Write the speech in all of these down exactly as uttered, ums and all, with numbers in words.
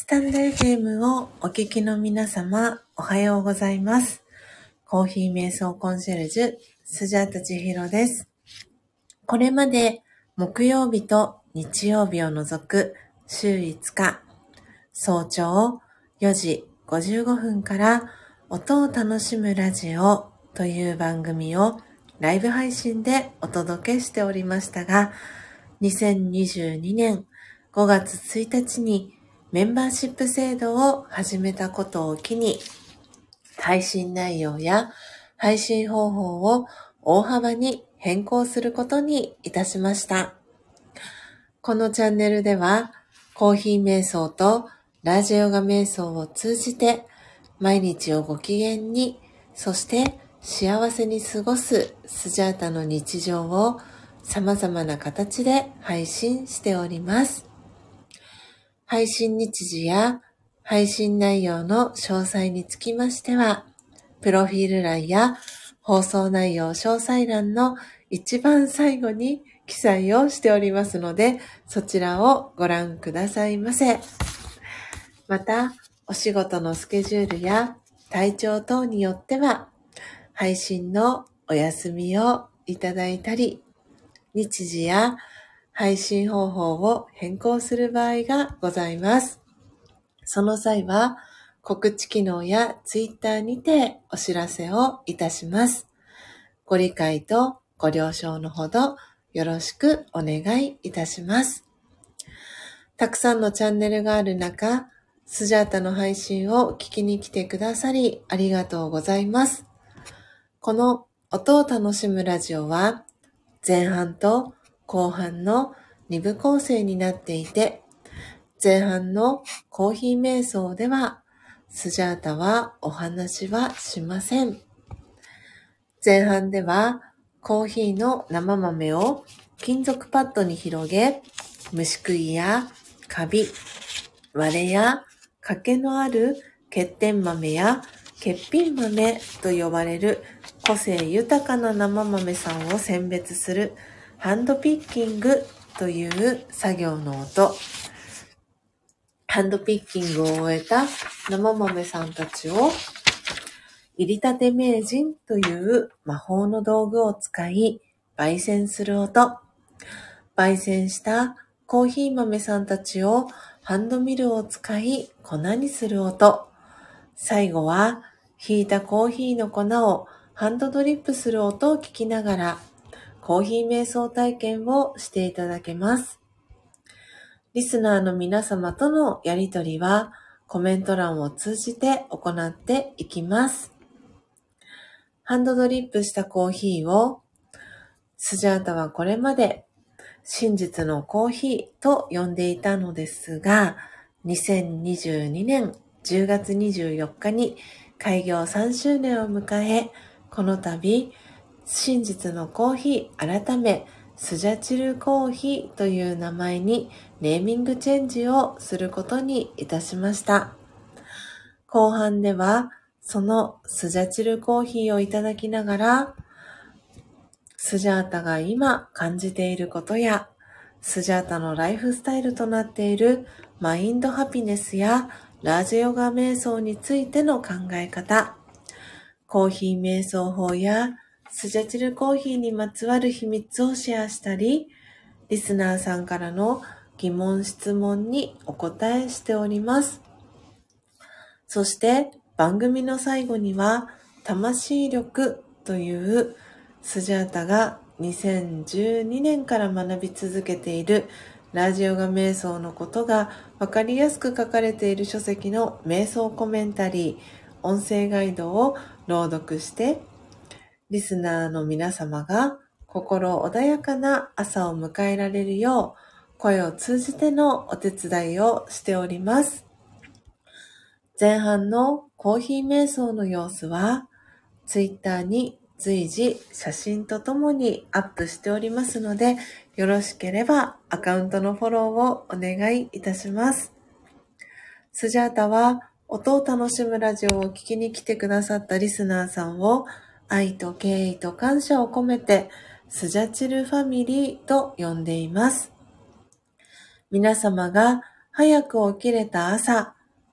タンド エフエム をお聞きの皆様、おはようございます。コーヒー瞑想コンシェルジュ、スジャータ千尋です。これまで木曜日と日曜日を除く週いつか、早朝よじごじゅうごふんから音を楽しむラジオという番組をライブ配信でお届けしておりましたが、にせんにじゅうにねんごがつついたちにメンバーシップ制度を始めたことを機に、配信内容や配信方法を大幅に変更することにいたしました。このチャンネルでは、コーヒー瞑想とラジオガ瞑想を通じて、毎日をご機嫌に、そして幸せに過ごすスジャータの日常を様々な形で配信しております。配信日時や配信内容の詳細につきましては、プロフィール欄や放送内容詳細欄の一番最後に記載をしておりますので、そちらをご覧くださいませ。また、お仕事のスケジュールや体調等によっては、配信のお休みをいただいたり、日時や配信方法を変更する場合がございます。その際は告知機能やツイッターにてお知らせをいたします。ご理解とご了承のほどよろしくお願いいたします。たくさんのチャンネルがある中、スジャータの配信を聞きに来てくださりありがとうございます。この音を楽しむラジオは前半と後半のに部構成になっていて、前半のコーヒー瞑想では、スジャータはお話はしません。前半では、コーヒーの生豆を金属パッドに広げ、虫食いやカビ、割れや欠けのある欠点豆や欠品豆と呼ばれる個性豊かな生豆さんを選別するハンドピッキングという作業の音。ハンドピッキングを終えた生豆さんたちを入りたて名人という魔法の道具を使い焙煎する音。焙煎したコーヒー豆さんたちをハンドミルを使い粉にする音。最後はひいたコーヒーの粉をハンドドリップする音を聞きながらコーヒー瞑想体験をしていただけます。リスナーの皆様とのやりとりはコメント欄を通じて行っていきます。ハンドドリップしたコーヒーをスジャータはこれまで真実のコーヒーと呼んでいたのですが、にせんにじゅうにねんじゅうがつにじゅうよっかに開業さんしゅうねんを迎え、この度真実のコーヒー改めスジャチルコーヒーという名前にネーミングチェンジをすることにいたしました。後半ではそのスジャチルコーヒーをいただきながら、スジャータが今感じていることや、スジャータのライフスタイルとなっているマインドハピネスやラージヨガ瞑想についての考え方、コーヒー瞑想法やスジャチルコーヒーにまつわる秘密をシェアしたり、リスナーさんからの疑問質問にお答えしております。そして番組の最後には魂力というスジャータがにせんじゅうにねんから学び続けているラジオガ瞑想のことがわかりやすく書かれている書籍の瞑想コメンタリー、音声ガイドを朗読して、リスナーの皆様が心穏やかな朝を迎えられるよう声を通じてのお手伝いをしております。前半のコーヒー瞑想の様子はツイッターに随時写真とともにアップしておりますので、よろしければアカウントのフォローをお願いいたします。スジャータは音を楽しむラジオを聞きに来てくださったリスナーさんを愛と敬意と感謝を込めてスジャチルファミリーと呼んでいます。皆様が早く起きれた朝、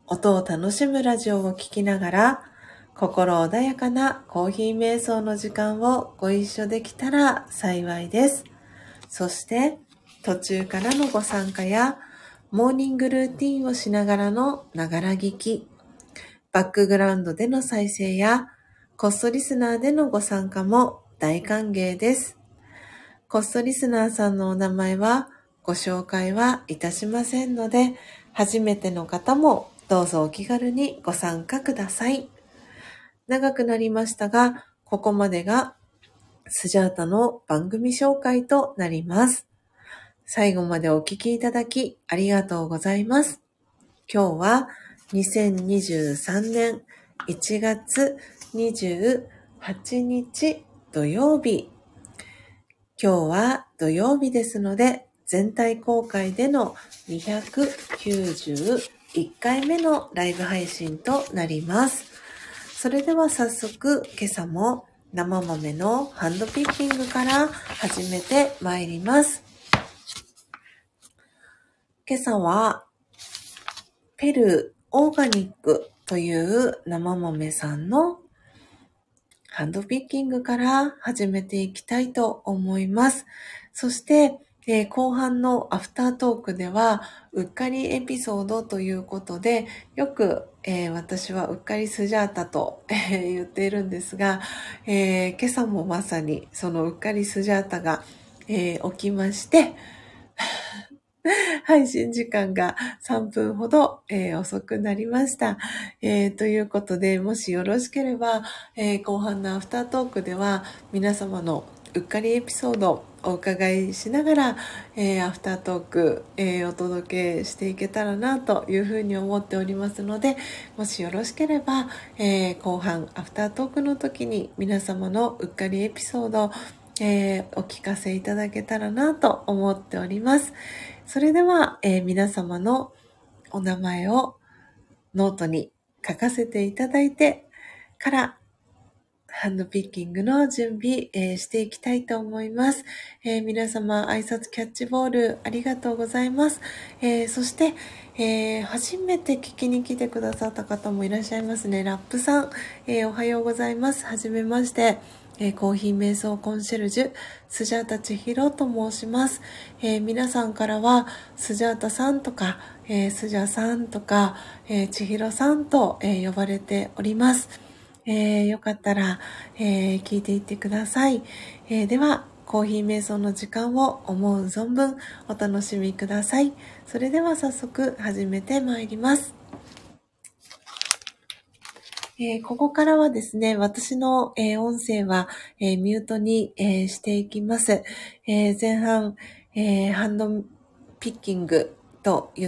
音を楽しむラジオを聴きながら、心穏やかなコーヒー瞑想の時間をご一緒できたら幸いです。そして、途中からのご参加や、モーニングルーティンをしながらのながら聞き、バックグラウンドでの再生や、コストリスナーでのご参加も大歓迎です。コストリスナーさんのお名前はご紹介はいたしませんので、初めての方もどうぞお気軽にご参加ください。長くなりましたが、ここまでがスジャータの番組紹介となります。最後までお聞きいただきありがとうございます。今日はにせんにじゅうさんねんいちがつにじゅうはちにち土曜日。今日は土曜日ですので、全体公開でのにひゃくきゅうじゅういっかいめのライブ配信となります。それでは早速、今朝も生豆のハンドピッキングから始めてまいります。今朝は、ペルーオーガニックという生豆さんのハンドピッキングから始めていきたいと思います。そして、えー後半のアフタートークでは、うっかりエピソードということで、よく、えー私はうっかりスジャータと、えー言っているんですが、えー今朝もまさにそのうっかりスジャータが、えー起きまして、配信時間がさんぷんほど、えー遅くなりました、えーということで、もしよろしければ、えー後半のアフタートークでは皆様のうっかりエピソードをお伺いしながら、えーアフタートーク、えーお届けしていけたらなというふうに思っておりますので、もしよろしければ、えー後半アフタートークの時に皆様のうっかりエピソード、えーお聞かせいただけたらなと思っております。それでは、えー皆様のお名前をノートに書かせていただいてからハンドピッキングの準備、えーしていきたいと思います。えー皆様挨拶キャッチボールありがとうございます。えーそして、えー初めて聞きに来てくださった方もいらっしゃいますね。ラップさん、えーおはようございます。はじめまして。えーコーヒー瞑想コンシェルジュ、スジャータ千尋と申します。えー皆さんからは、スジャータさんとか、えースジャさんとか、えー千尋さんと、えー呼ばれております。えーよかったら、えー聞いていってください。えーでは、コーヒー瞑想の時間を思う存分お楽しみください。それでは早速始めてまいります。えーここからはですね、私の、えー音声は、えーミュートに、えーしていきます。えー前半、えーハンドピッキングと言って、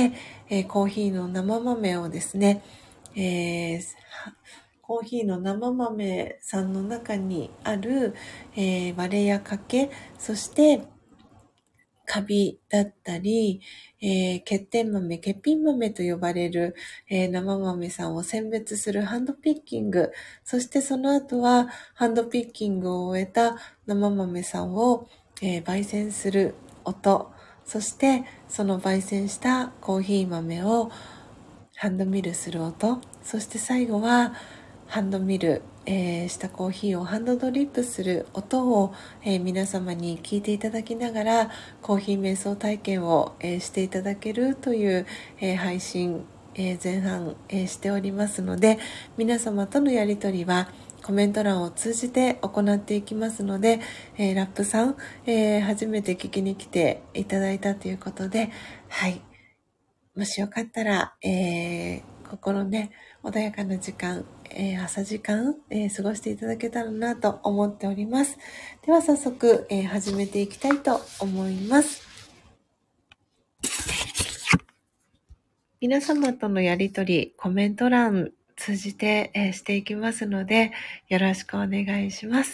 えーコーヒーの生豆をですね、えーコーヒーの生豆さんの中にある、えー割れや欠け、そしてカビだったり、えー欠点豆、欠品豆と呼ばれる、えー生豆さんを選別するハンドピッキング、そしてその後はハンドピッキングを終えた生豆さんを、えー焙煎する音、そしてその焙煎したコーヒー豆をハンドミルする音、そして最後はハンドミル、えーしたコーヒーをハンドドリップする音を、えー皆様に聞いていただきながらコーヒー瞑想体験を、えーしていただけるという、えー配信、えー前半、えーしておりますので、皆様とのやりとりはコメント欄を通じて行っていきますので、えーラップさん、えー初めて聞きに来ていただいたということで、はい、もしよかったら、えー、心ね、穏やかな時間、えー朝時間、えー過ごしていただけたらなと思っております。では早速、えー始めていきたいと思います。皆様とのやりとり、コメント欄通じて、えーしていきますので、よろしくお願いします。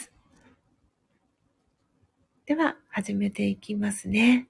では、始めていきますね。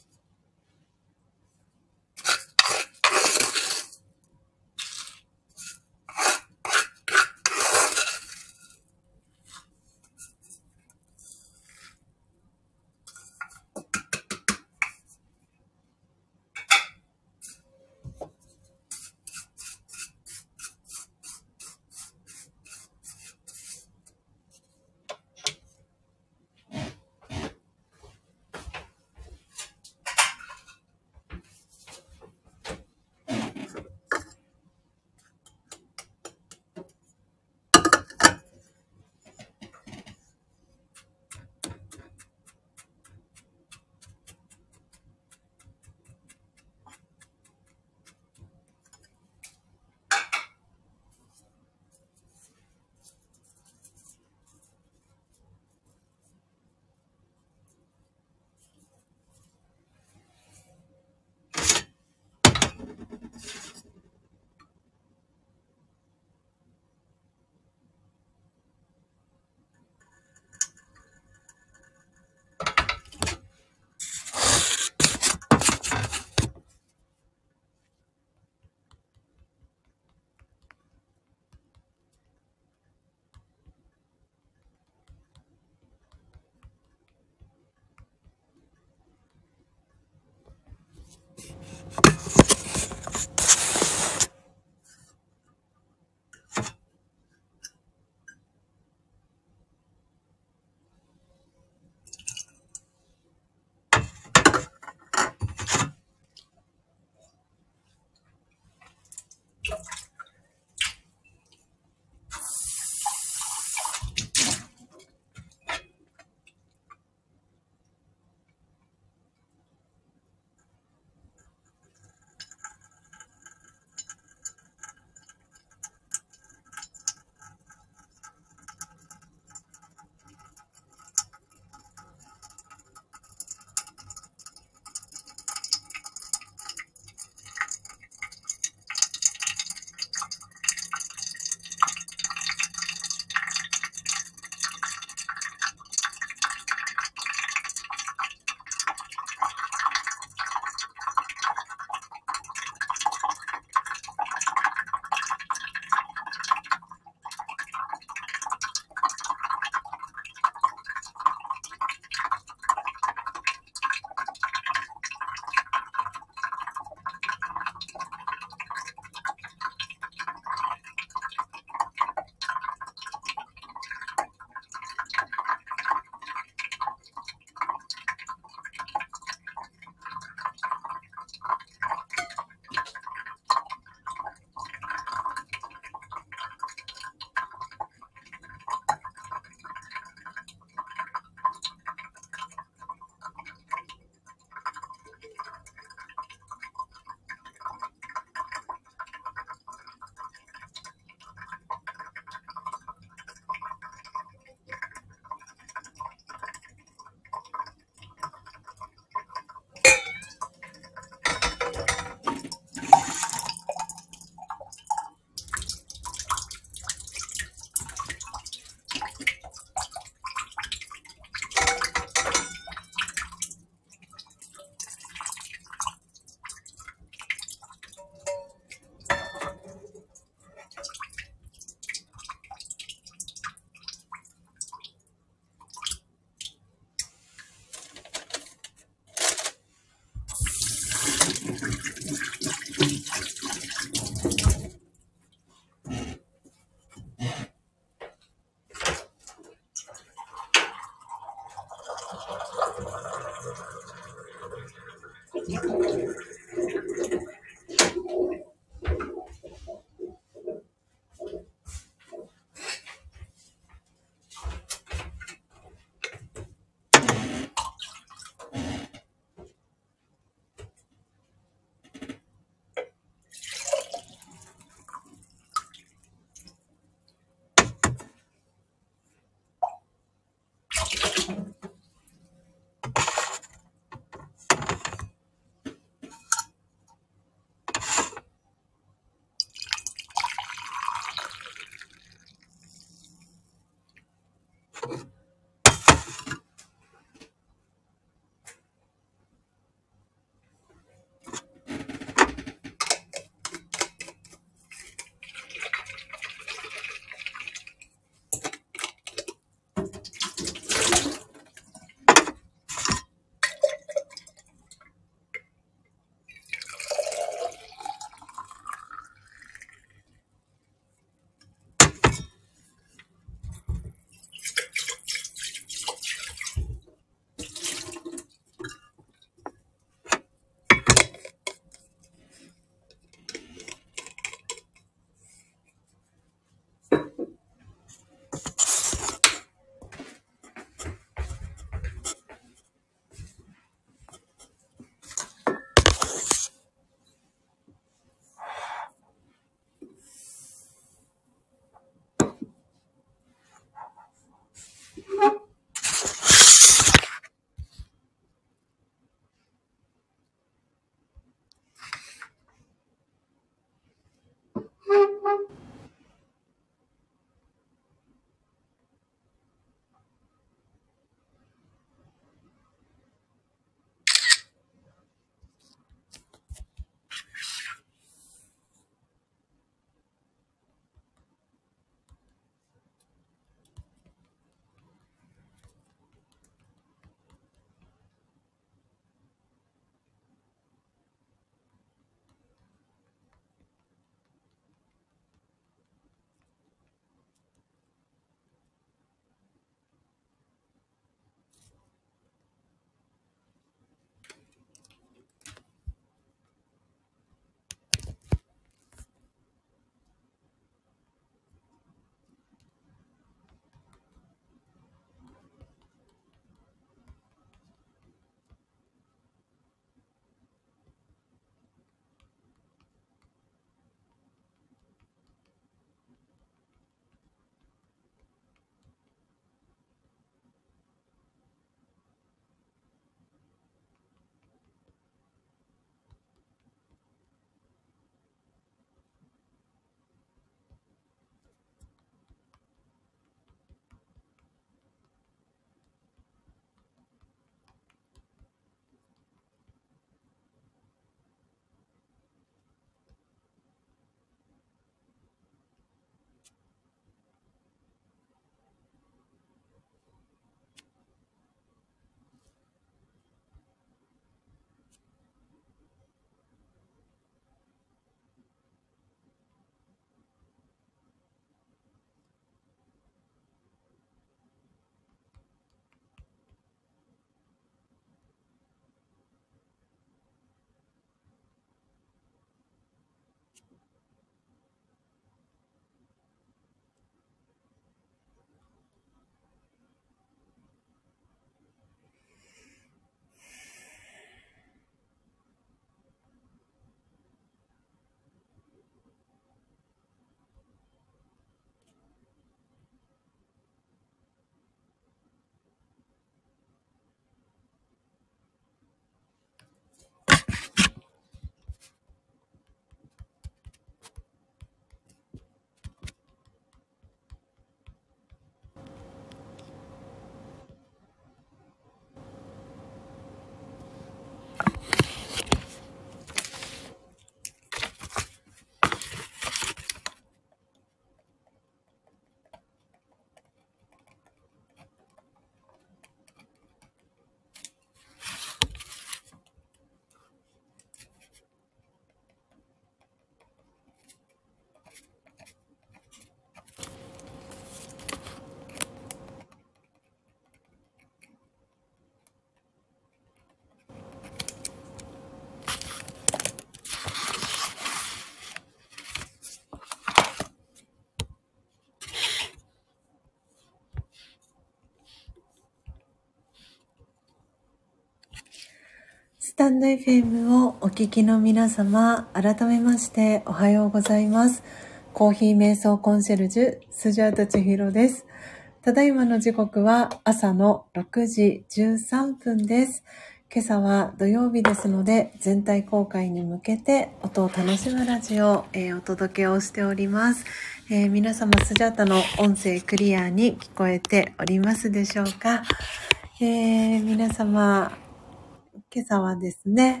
タンド エフエム をお聞きの皆様、改めましておはようございます。コーヒー瞑想コンシェルジュ、スジャータ千尋です。ただいまの時刻は朝のろくじじゅうさんぷんです。今朝は土曜日ですので、全体公開に向けて音を楽しむラジオを、えー、お届けをしております。えー、皆様、スジャータの音声クリアに聞こえておりますでしょうか。えー、皆様、今朝はですね、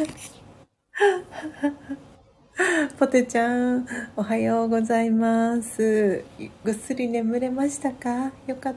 ポテちゃん、おはようございます。ぐっすり眠れましたか？よかった。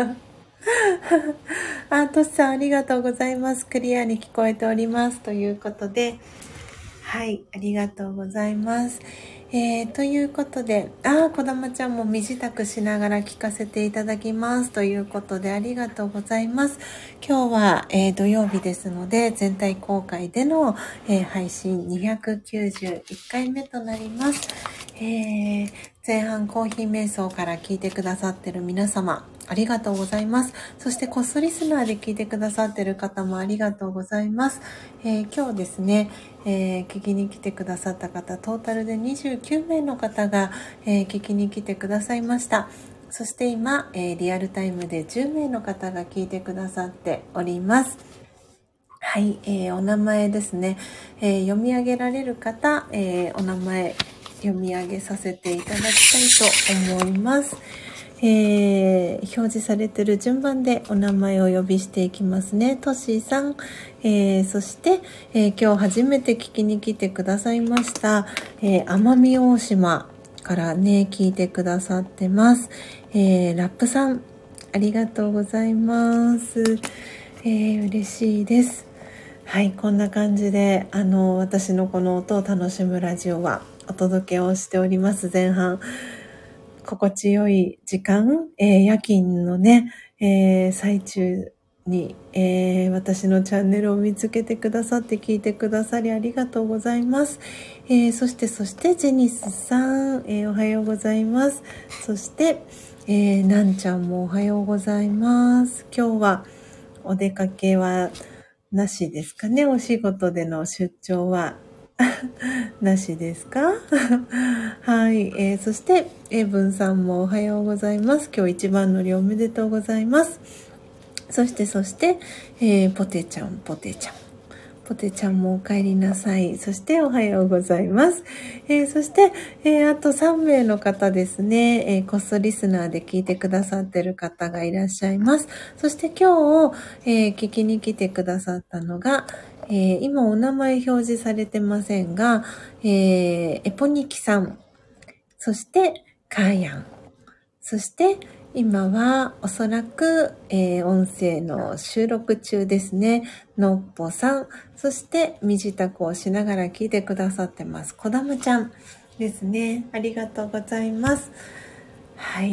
あ、トシさんありがとうございます。クリアに聞こえております。ということで、はい、ありがとうございます。えー、ということで、あー、こだまちゃんも身支度しながら聞かせていただきます。ということで、ありがとうございます。今日は、えー、土曜日ですので、全体公開での、えー、配信にひゃくきゅうじゅういっかいめとなります。えー、前半コーヒー瞑想から聞いてくださってる皆様、ありがとうございます。そしてコストリスナーで聞いてくださってる方もありがとうございます。えー、今日ですね、えー、聞きに来てくださった方、トータルでにじゅうきゅうめいの方が、えー、聞きに来てくださいました。そして今、えー、リアルタイムでじゅうめいの方が聞いてくださっております。はい、えー、お名前ですね、えー、読み上げられる方、えー、お名前読み上げさせていただきたいと思います。えー、表示されている順番でお名前をお呼びしていきますね。トシーさん、えー、そして、えー、今日初めて聞きに来てくださいました、えー、奄美大島からね、聞いてくださってます。えー、ラップさん、ありがとうございます。えー、嬉しいです。はい、こんな感じで、あの、私のこの音を楽しむラジオはお届けをしております。前半。心地よい時間、えー、夜勤のね、えー、最中に、えー、私のチャンネルを見つけてくださって聞いてくださりありがとうございます。えー、そしてそしてジェニスさん、えー、おはようございます。そして、えー、なんちゃんもおはようございます。今日はお出かけはなしですかね。お仕事での出張はなしですか？はい、えー、そしてエブンさんもおはようございます。今日一番乗りおめでとうございます。そしてそして、えー、ポテちゃんポテちゃんポテちゃんもお帰りなさい。そしておはようございます。えー、そして、えー、あとさんめいの方ですね、えー、コストリスナーで聞いてくださってる方がいらっしゃいます。そして今日、えー、聞きに来てくださったのが、えー、今お名前表示されてませんが、えー、エポニキさん、そしてカーヤン、そして今はおそらく、えー、音声の収録中ですね。のっぽさん、そして身支度をしながら聞いてくださってます。こだまちゃんですね。ありがとうございます。はい。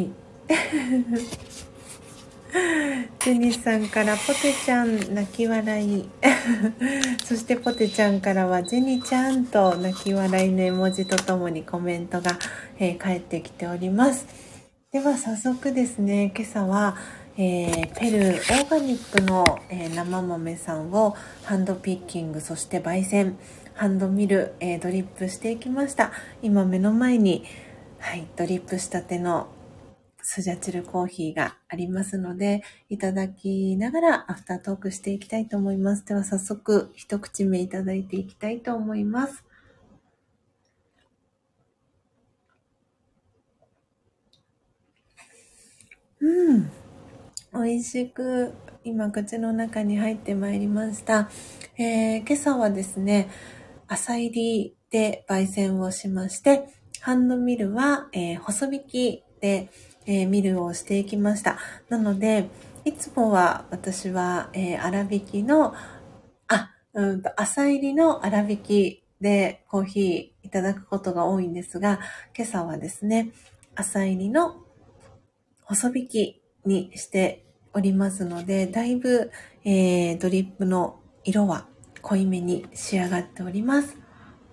ジェニスさんからポテちゃん泣き笑い。そしてポテちゃんからはジェニちゃんと泣き笑いの絵文字とともにコメントが、えー、返ってきております。では早速ですね、今朝は、えー、ペルーオーガニックの、えー、生豆さんをハンドピッキング、そして焙煎、ハンドミル、えー、ドリップしていきました。今目の前に、はい、ドリップしたてのスジャチルコーヒーがありますので、いただきながらアフタートークしていきたいと思います。では早速一口目いただいていきたいと思います。うん、美味しく今口の中に入ってまいりました。えー、今朝はですね、朝入りで焙煎をしまして、ハンドミルは、えー、細引きで、えー、ミルをしていきました。なので、いつもは私は、えー、粗挽きの、あ、うんと、朝入りの粗挽きでコーヒーいただくことが多いんですが、今朝はですね、朝入りの細引きにしておりますので、だいぶ、えー、ドリップの色は濃いめに仕上がっております。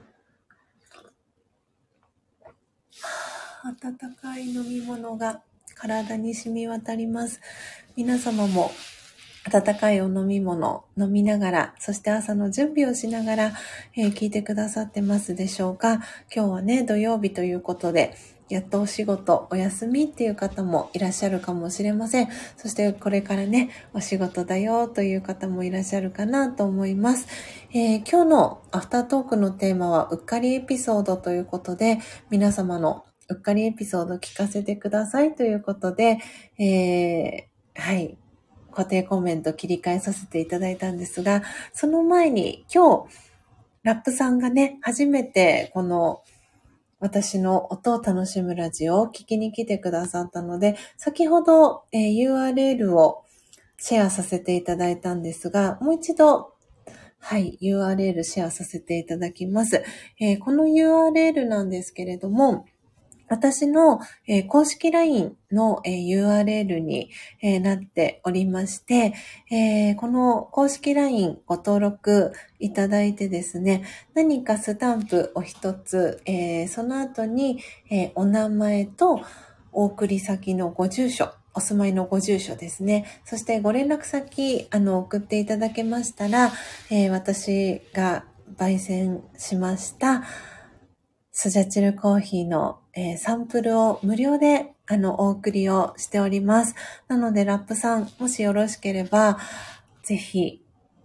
温かい飲み物が体に染み渡ります。皆様も温かいお飲み物飲みながら、そして朝の準備をしながら、えー聞いてくださってますでしょうか。今日はね、土曜日ということで、やっとお仕事、お休みっていう方もいらっしゃるかもしれません。そしてこれからね、お仕事だよという方もいらっしゃるかなと思います。えー今日のアフタートークのテーマは、うっかりエピソードということで、皆様のうっかりエピソード聞かせてくださいということで、えーはい。固定コメント切り替えさせていただいたんですが、その前に今日、ラップさんがね、初めてこの私の音を楽しむラジオを聞きに来てくださったので、先ほど、えー ユーアールエル をシェアさせていただいたんですが、もう一度、はい、ユーアールエル シェアさせていただきます。えーこの ユーアールエル なんですけれども、私の、えー公式 ライン の、えー ユーアールエル に、えーなっておりまして、えーこの公式 ライン ご登録いただいてですね、何かスタンプを一つ、えーその後に、えーお名前とお送り先のご住所、お住まいのご住所ですね。そしてご連絡先、あの、送っていただけましたら、えー私が焙煎しました、スジャチルコーヒーの、えーサンプルを無料であのお送りをしております。なのでラップさん、もしよろしければ、ぜひ、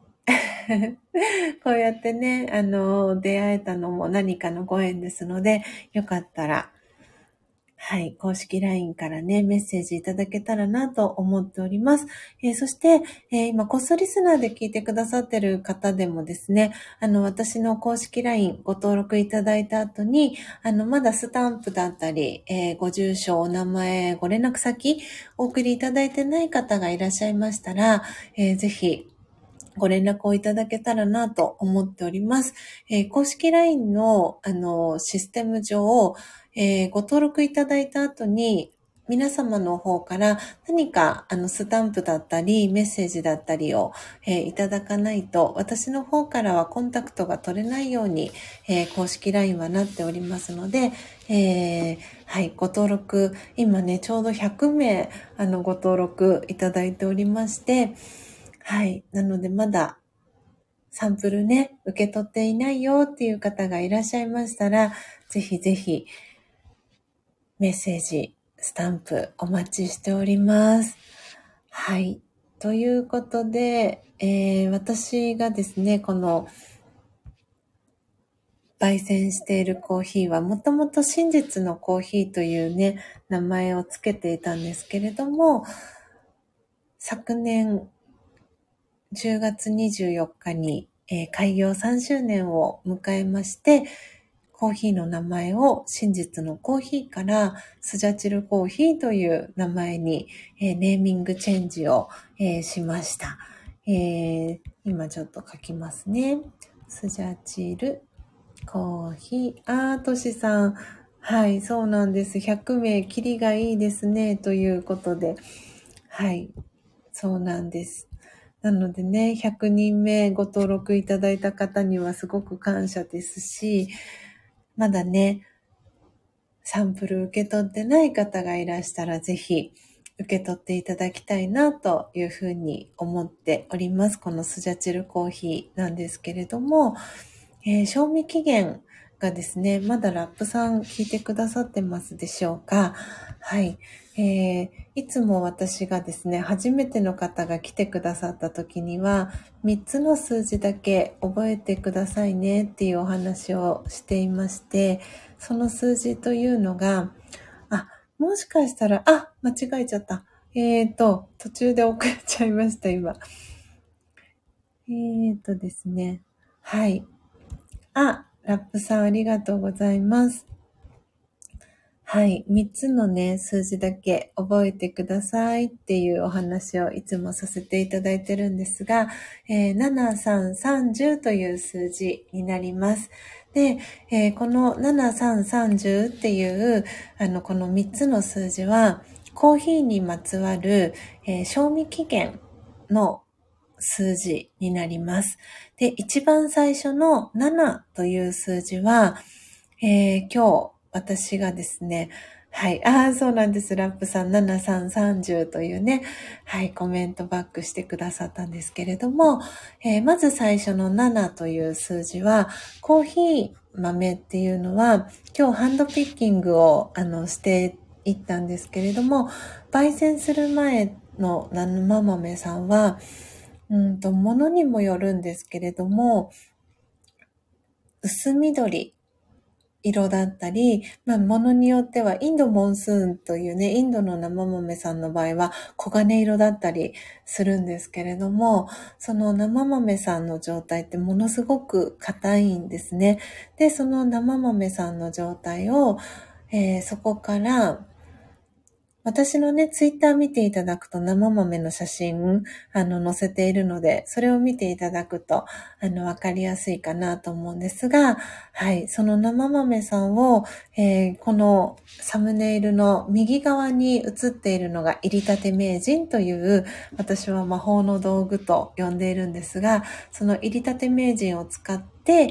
こうやってね、あの、出会えたのも何かのご縁ですので、よかったら、はい、公式 ライン からね、メッセージいただけたらなと思っております。えーそして、えー今、コストリスナーで聞いてくださってる方でもですね、あの、私の公式 ライン ご登録いただいた後に、あの、まだスタンプだったり、えーご住所、お名前、ご連絡先、お送りいただいてない方がいらっしゃいましたら、えーぜひ、ご連絡をいただけたらなと思っております。えー公式 ライン の、あの、システム上、えーご登録いただいた後に、皆様の方から何かあのスタンプだったりメッセージだったりを、えーいただかないと、私の方からはコンタクトが取れないように、えー公式 ライン はなっておりますので、えーはい、ご登録、今ね、ちょうどひゃくめいあのご登録いただいておりまして、はい。なので、まだサンプルね、受け取っていないよっていう方がいらっしゃいましたら、ぜひぜひメッセージ、スタンプお待ちしております。はい。ということで、えー私がですね、この焙煎しているコーヒーは、もともと真実のコーヒーというね、名前をつけていたんですけれども、昨年じゅうがつにじゅうよっかに、えー開業さんしゅうねんを迎えまして、コーヒーの名前を真実のコーヒーからスジャチルコーヒーという名前に、えーネーミングチェンジを、えーしました。えー今ちょっと書きますね。スジャチルコーヒー。あー、としさん。はい、そうなんです。ひゃくめい、キリがいいですね。ということで。はい、そうなんです。なのでね、ひゃくにんめご登録いただいた方にはすごく感謝ですし、まだね、サンプル受け取ってない方がいらしたらぜひ受け取っていただきたいなというふうに思っております。このスジャチルコーヒーなんですけれども、えー賞味期限がですね、まだラップさん聞いてくださってますでしょうか？はい。えーいつも私がですね、初めての方が来てくださった時には、みっつの数字だけ覚えてくださいねっていうお話をしていまして、その数字というのが、あ、もしかしたら、あ、間違えちゃった。えーと、途中で遅れちゃいました、今。えーとですね。はい。あ、ラップさんありがとうございます。はい。みっつのね、数字だけ覚えてくださいっていうお話をいつもさせていただいてるんですが、えー、ななさんさんじゅうという数字になります。で、えーこのななさんさんじゅうっていう、あの、このみっつの数字は、コーヒーにまつわる、えー賞味期限の数字になります。で、一番最初のななという数字は、えー今日私がですね、 はい。ああ、そうなんです。ラップさん、ななさんさんじゅうというね、はい、コメントバックしてくださったんですけれども、えーまず最初のななという数字は、コーヒー豆っていうのは、今日ハンドピッキングを、あの、していったんですけれども、焙煎する前の生豆さんは、うんと、ものにもよるんですけれども、薄緑色だったり、まあ、ものによっては、インドモンスーンというね、インドの生豆さんの場合は、黄金色だったりするんですけれども、その生豆さんの状態ってものすごく硬いんですね。で、その生豆さんの状態を、えーそこから、私のね、ツイッター見ていただくと生豆の写真、あの、載せているので、それを見ていただくと、あの、わかりやすいかなと思うんですが、はい、その生豆さんを、えーこのサムネイルの右側に映っているのが入りたて名人という、私は魔法の道具と呼んでいるんですが、その入りたて名人を使って、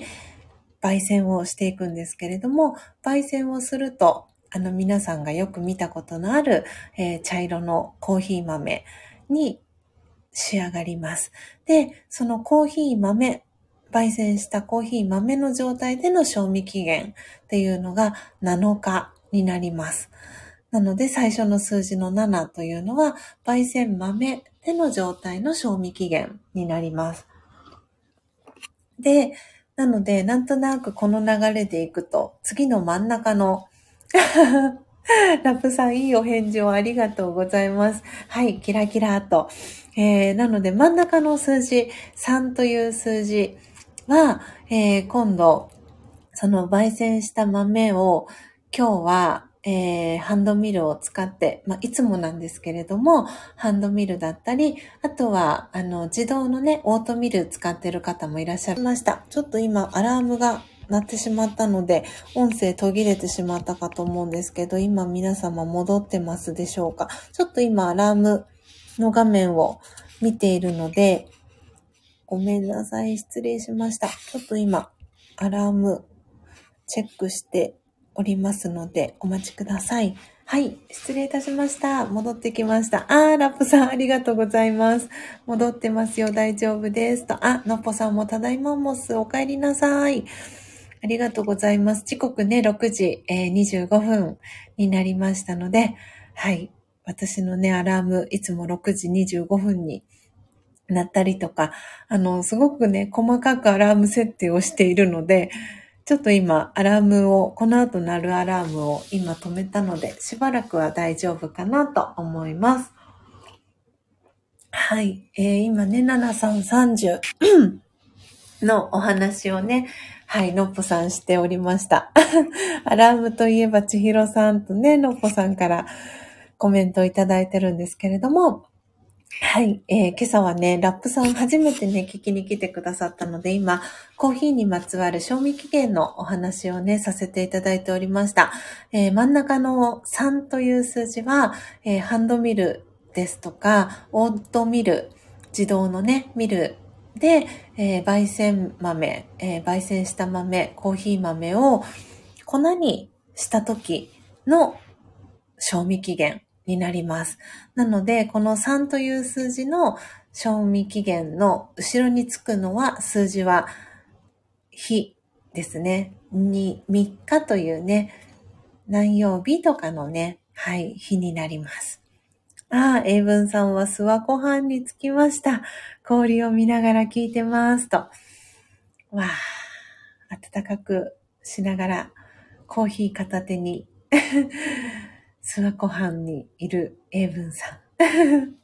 焙煎をしていくんですけれども、焙煎をすると、あの皆さんがよく見たことのある、えー茶色のコーヒー豆に仕上がります。で、そのコーヒー豆、焙煎したコーヒー豆の状態での賞味期限っていうのがなのかになります。なので最初の数字のななというのは焙煎豆での状態の賞味期限になります。で、なので、なんとなくこの流れでいくと、次の真ん中のラップさん、いいお返事をありがとうございます。はい、キラキラと。えー、なので、真ん中の数字、さんという数字は、えー、今度、その焙煎した豆を、今日は、えー、ハンドミルを使って、まあ、いつもなんですけれども、ハンドミルだったり、あとは、あの、自動のね、オートミル使ってる方もいらっしゃいました。ちょっと今、アラームが鳴ってしまったので、音声途切れてしまったかと思うんですけど、今皆様戻ってますでしょうか？ちょっと今、アラームの画面を見ているので、ごめんなさい、失礼しました。ちょっと今、アラーム、チェックしておりますので、お待ちください。はい、失礼いたしました。戻ってきました。あー、ラップさんありがとうございます。戻ってますよ、大丈夫です。と、あ、のっぽさんもただいまもす、お帰りなさい。ありがとうございます。時刻ね、ろくじ、えー、にじゅうごふんになりましたので、はい、私のね、アラーム、いつもろくじにじゅうごふんになったりとか、あの、すごくね、細かくアラーム設定をしているので、ちょっと今、アラームを、この後鳴るアラームを今止めたので、しばらくは大丈夫かなと思います。はい。えー、今ね、ななさんさんじゅうのお話をね、はい、のっぽさんしておりました。アラームといえば、ちひろさんとね、のっぽさんからコメントをいただいてるんですけれども、はい、えー、今朝はね、ラップさん初めてね、聞きに来てくださったので、今、コーヒーにまつわる賞味期限のお話をね、させていただいておりました。えー、真ん中のさんという数字は、えー、ハンドミルですとか、オートミル、自動のね、ミルで、えー、焙煎豆、えー、焙煎した豆、コーヒー豆を粉にした時の賞味期限になります。なので、このさんという数字の賞味期限の後ろにつくのは、数字は日ですね。に、みっかというね、何曜日とかのね、はい、日になります。ああ、英文さんは諏訪湖畔に着きました。氷を見ながら聞いてますと。わあ、暖かくしながら、コーヒー片手に、諏訪湖畔にいる英文さん。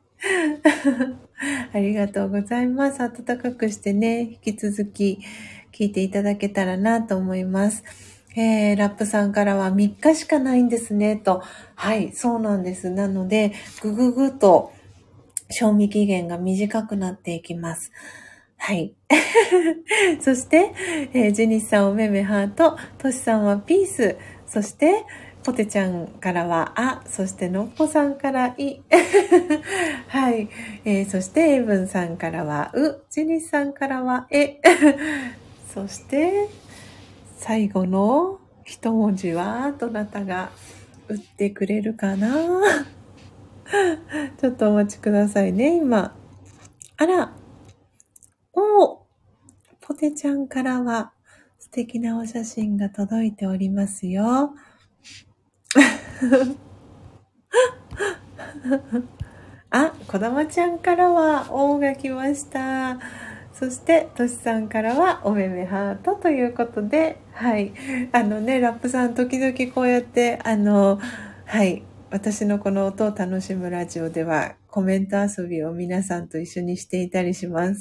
ありがとうございます。暖かくしてね、引き続き聞いていただけたらなと思います。えー、ラップさんからはみっかしかないんですね、と。はい、そうなんです。なので、ぐぐぐと賞味期限が短くなっていきます。はい。そして、えー、ジェニスさんおめめハート、トシさんはピース、そして、ポテちゃんからはあ、そしてのっぽさんからい。はい、えー。そして、エイブンさんからはう、ジェニスさんからはえ。そして、最後の一文字は、どなたが打ってくれるかなちょっとお待ちくださいね、今。あら、おー、ポテちゃんからは素敵なお写真が届いておりますよ。あ、こだまちゃんからはおーが来ました。そして、としさんからはおめめハートということで、はい。あのね、ラップさん時々こうやって、あの、はい。私のこの音を楽しむラジオではコメント遊びを皆さんと一緒にしていたりします。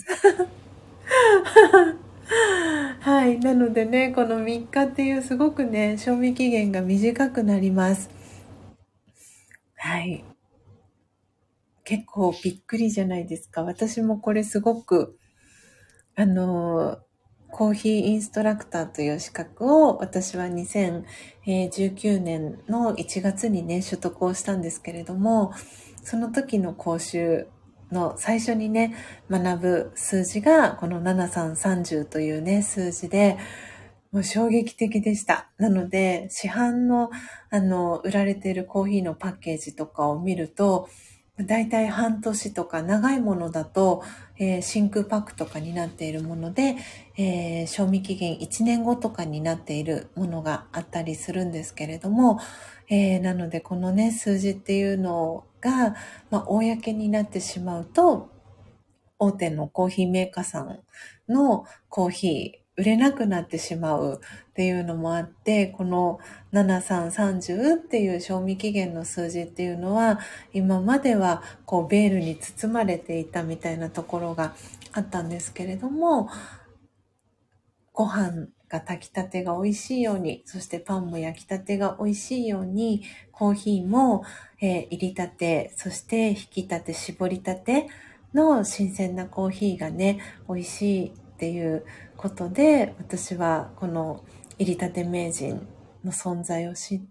はい。なのでね、このみっかっていうすごくね、賞味期限が短くなります。はい。結構びっくりじゃないですか。私もこれすごく、あの、コーヒーインストラクターという資格を私はにせんじゅうきゅうねんのいちがつにね、取得をしたんですけれども、その時の講習の最初にね、学ぶ数字がこのななさんさんじゅうというね、数字で、もう衝撃的でした。なので、市販の、あの、売られているコーヒーのパッケージとかを見ると、だいたい半年とか長いものだと、えー真空パックとかになっているもので、えー賞味期限いちねんごとかになっているものがあったりするんですけれども、えーなのでこのね、数字っていうのが、まあ、公になってしまうと、大手のコーヒーメーカーさんのコーヒー、売れなくなってしまうっていうのもあって、このななさんさんじゅうっていう賞味期限の数字っていうのは、今まではこうベールに包まれていたみたいなところがあったんですけれども、ご飯が炊きたてが美味しいように、そしてパンも焼きたてが美味しいように、コーヒーも、えー入りたて、そして引きたて、絞りたての新鮮なコーヒーがね、美味しいっていうことで、私はこの入りたて名人の存在を知って、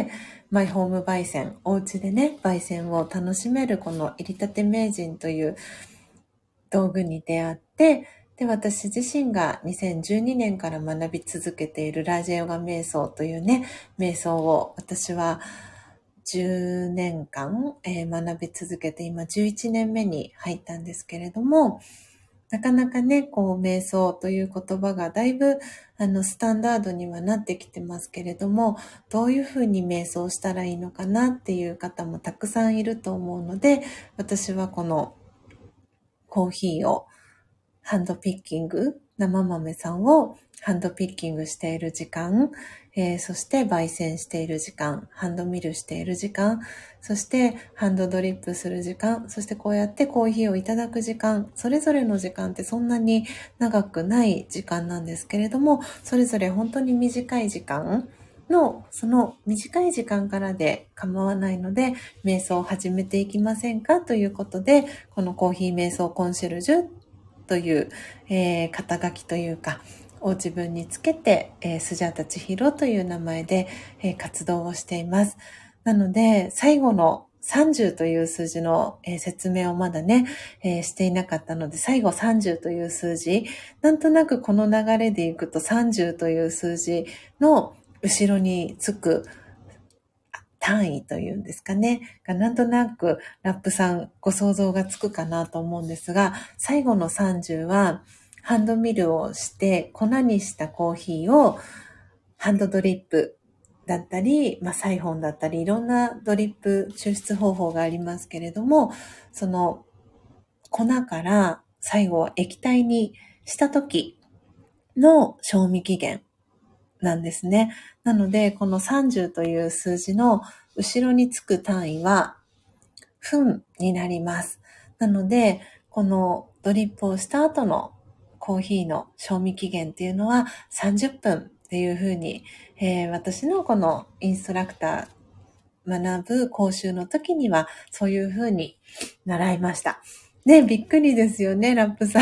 マイホーム焙煎、お家でね、焙煎を楽しめるこの入りたて名人という道具に出会って、で、私自身がにせんじゅうにねんから学び続けているラージェヨガ瞑想というね、瞑想を私はじゅうねんかん、えー学び続けて今じゅういちねんめに入ったんですけれども、なかなかね、こう瞑想という言葉がだいぶあのスタンダードにはなってきてますけれども、どういうふうに瞑想したらいいのかなっていう方もたくさんいると思うので、私はこのコーヒーをハンドピッキング、生豆さんをハンドピッキングしている時間、えーそして焙煎している時間、ハンドミルしている時間、そしてハンドドリップする時間、そしてこうやってコーヒーをいただく時間、それぞれの時間ってそんなに長くない時間なんですけれども、それぞれ本当に短い時間の、その短い時間からで構わないので、瞑想を始めていきませんかということで、このコーヒー瞑想コンシェルジュという、えー肩書きというか、を自分につけて、えースジャータ千尋という名前で、えー活動をしています。なので、最後のさんじゅうという数字の、えー説明をまだね、えーしていなかったので、最後さんじゅうという数字、なんとなくこの流れでいくとさんじゅうという数字の後ろにつく単位というんですかね。がなんとなくラップさんご想像がつくかなと思うんですが、最後のさんじゅうはハンドミルをして粉にしたコーヒーをハンドドリップだったり、まあ、サイフォンだったり、いろんなドリップ抽出方法がありますけれども、その粉から最後は液体にした時の賞味期限なんですね。なので、このさんじゅうという数字の後ろにつく単位は分になります。なので、このドリップをした後のコーヒーの賞味期限っていうのはさんじゅっぷんっていう風に、えー私のこのインストラクター学ぶ講習の時にはそういう風に習いました。ね、びっくりですよね、ラップさん。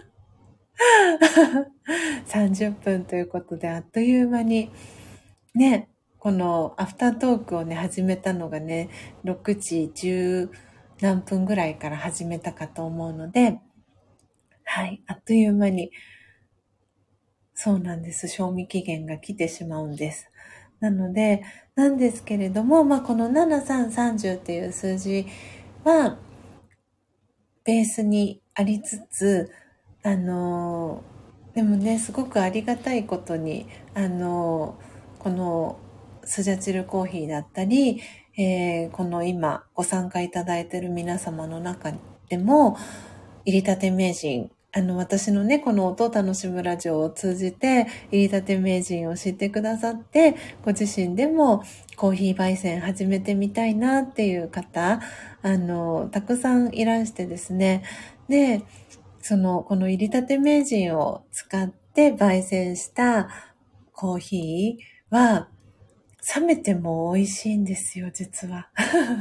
さんじゅっぷんということで、あっという間に、ね、このアフタートークをね、始めたのがね、ろくじじゅう何分ぐらいから始めたかと思うので、はい、あっという間に、そうなんです。賞味期限が来てしまうんです。 なので、なんですけれども、まあ、このななさんさんじゅうっていう数字は、ベースにありつつ、あの、でもね、すごくありがたいことに、あの、このスジャチルコーヒーだったり、えーこの今ご参加いただいている皆様の中でも、入りたて名人、あの、私のね、この音を楽しむラジオを通じて、入りたて名人を知ってくださって、ご自身でもコーヒー焙煎始めてみたいなっていう方、あの、たくさんいらしてですね。で、その、この入りたて名人を使って焙煎したコーヒーは、冷めても美味しいんですよ、実は。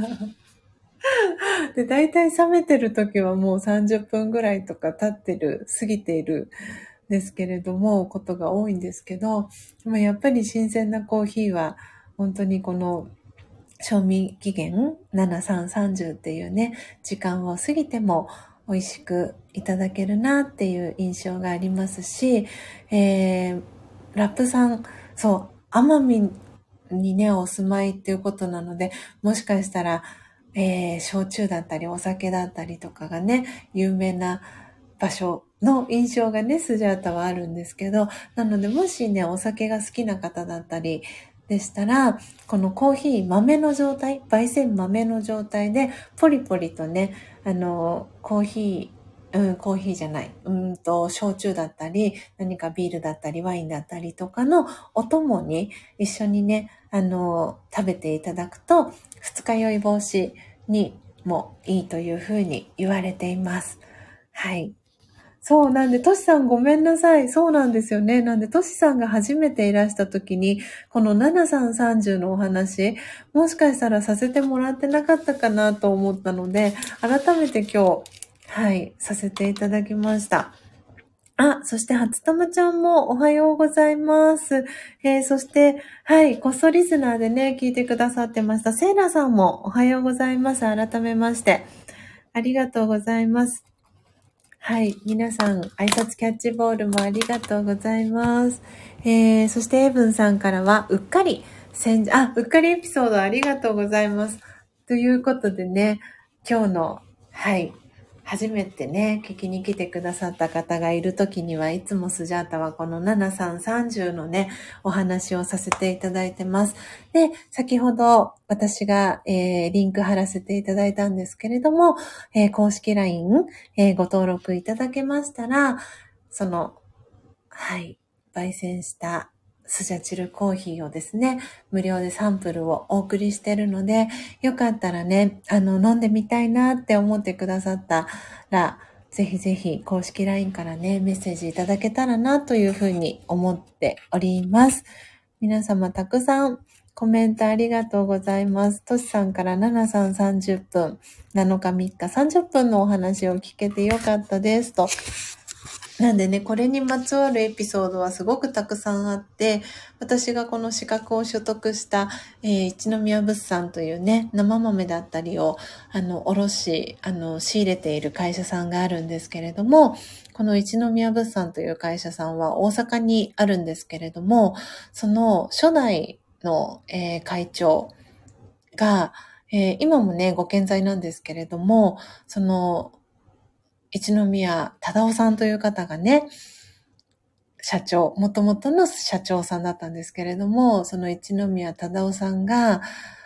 で、大体冷めてる時はもうさんじゅっぷんぐらいとか経ってる、過ぎているんですけれども、ことが多いんですけど、でもやっぱり新鮮なコーヒーは、本当にこの、賞味期限ななさんさんじゅうっていうね、時間を過ぎても美味しくいただけるなっていう印象がありますし、えー、ラップさん、そう、奄美にね、お住まいっていうことなので、もしかしたら、えー、焼酎だったりお酒だったりとかがね、有名な場所の印象がね、スジャータはあるんですけど、なのでもしね、お酒が好きな方だったりでしたら、このコーヒー豆の状態、焙煎豆の状態で、ポリポリとね、あの、コーヒー、うん、コーヒーじゃない、うんと、焼酎だったり、何かビールだったり、ワインだったりとかのお供に一緒にね、あの、食べていただくと、二日酔い防止にもいいというふうに言われています。はい。そうなんで、トシさんごめんなさい。そうなんですよね。なんで、トシさんが初めていらした時に、このななさんさんじゅうのお話、もしかしたらさせてもらってなかったかなと思ったので、改めて今日、はい、させていただきました。あ、そして初玉ちゃんもおはようございます。えー、そして、はい、こっそリスナーでね、聞いてくださってました。セイラさんもおはようございます。改めまして。ありがとうございます。はい。皆さん、挨拶キャッチボールもありがとうございます。えー、そしてエブンさんからは、うっかり、先日、あ、うっかりエピソードありがとうございます。ということでね、今日の、はい、初めてね、聞きに来てくださった方がいるときには、いつもスジャータはこのななさんさんじゅうのね、お話をさせていただいてます。で、先ほど私が、えー、リンク貼らせていただいたんですけれども、えー、公式 ライン、えー、ご登録いただけましたら、その、はい、焙煎したスジャチルコーヒーをですね、無料でサンプルをお送りしてるので、よかったらね、あの、飲んでみたいなって思ってくださったら、ぜひぜひ公式 ライン からね、メッセージいただけたらなというふうに思っております。皆様たくさんコメントありがとうございます。トシさんからななさんさんじゅっぷん、なのかみっかさんじゅっぷんのお話を聞けてよかったですと。なんでね、これにまつわるエピソードはすごくたくさんあって、私がこの資格を取得した、えー、一宮物産というね、生豆だったりを、あの、おろし、あの、仕入れている会社さんがあるんですけれども、この一宮物産という会社さんは大阪にあるんですけれども、その初代の、えー会長が、えー今もね、ご健在なんですけれども、その、一宮忠夫さんという方がね、社長、もともとの社長さんだったんですけれども、その一宮忠夫さんが、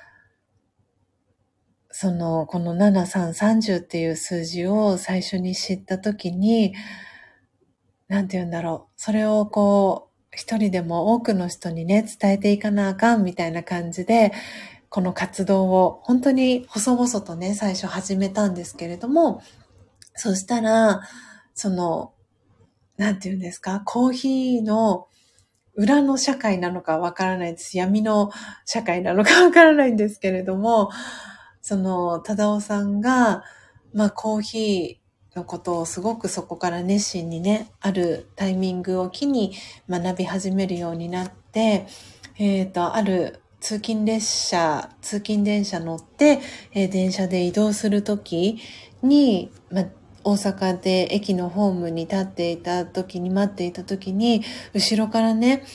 その、このななさんさんじゅうっていう数字を最初に知ったときに、なんて言うんだろう、それをこう、一人でも多くの人にね、伝えていかなあかんみたいな感じで、この活動を本当に細々とね、最初始めたんですけれども、そしたら、その、なんて言うんですか、コーヒーの裏の社会なのかわからないです。闇の社会なのかわからないんですけれども、その、忠夫さんが、まあ、コーヒーのことをすごくそこから熱心にね、あるタイミングを機に学び始めるようになって、えっと、ある通勤列車、通勤電車乗って、えー電車で移動するときに、まあ、大阪で駅のホームに立っていた時に待っていた時に後ろからね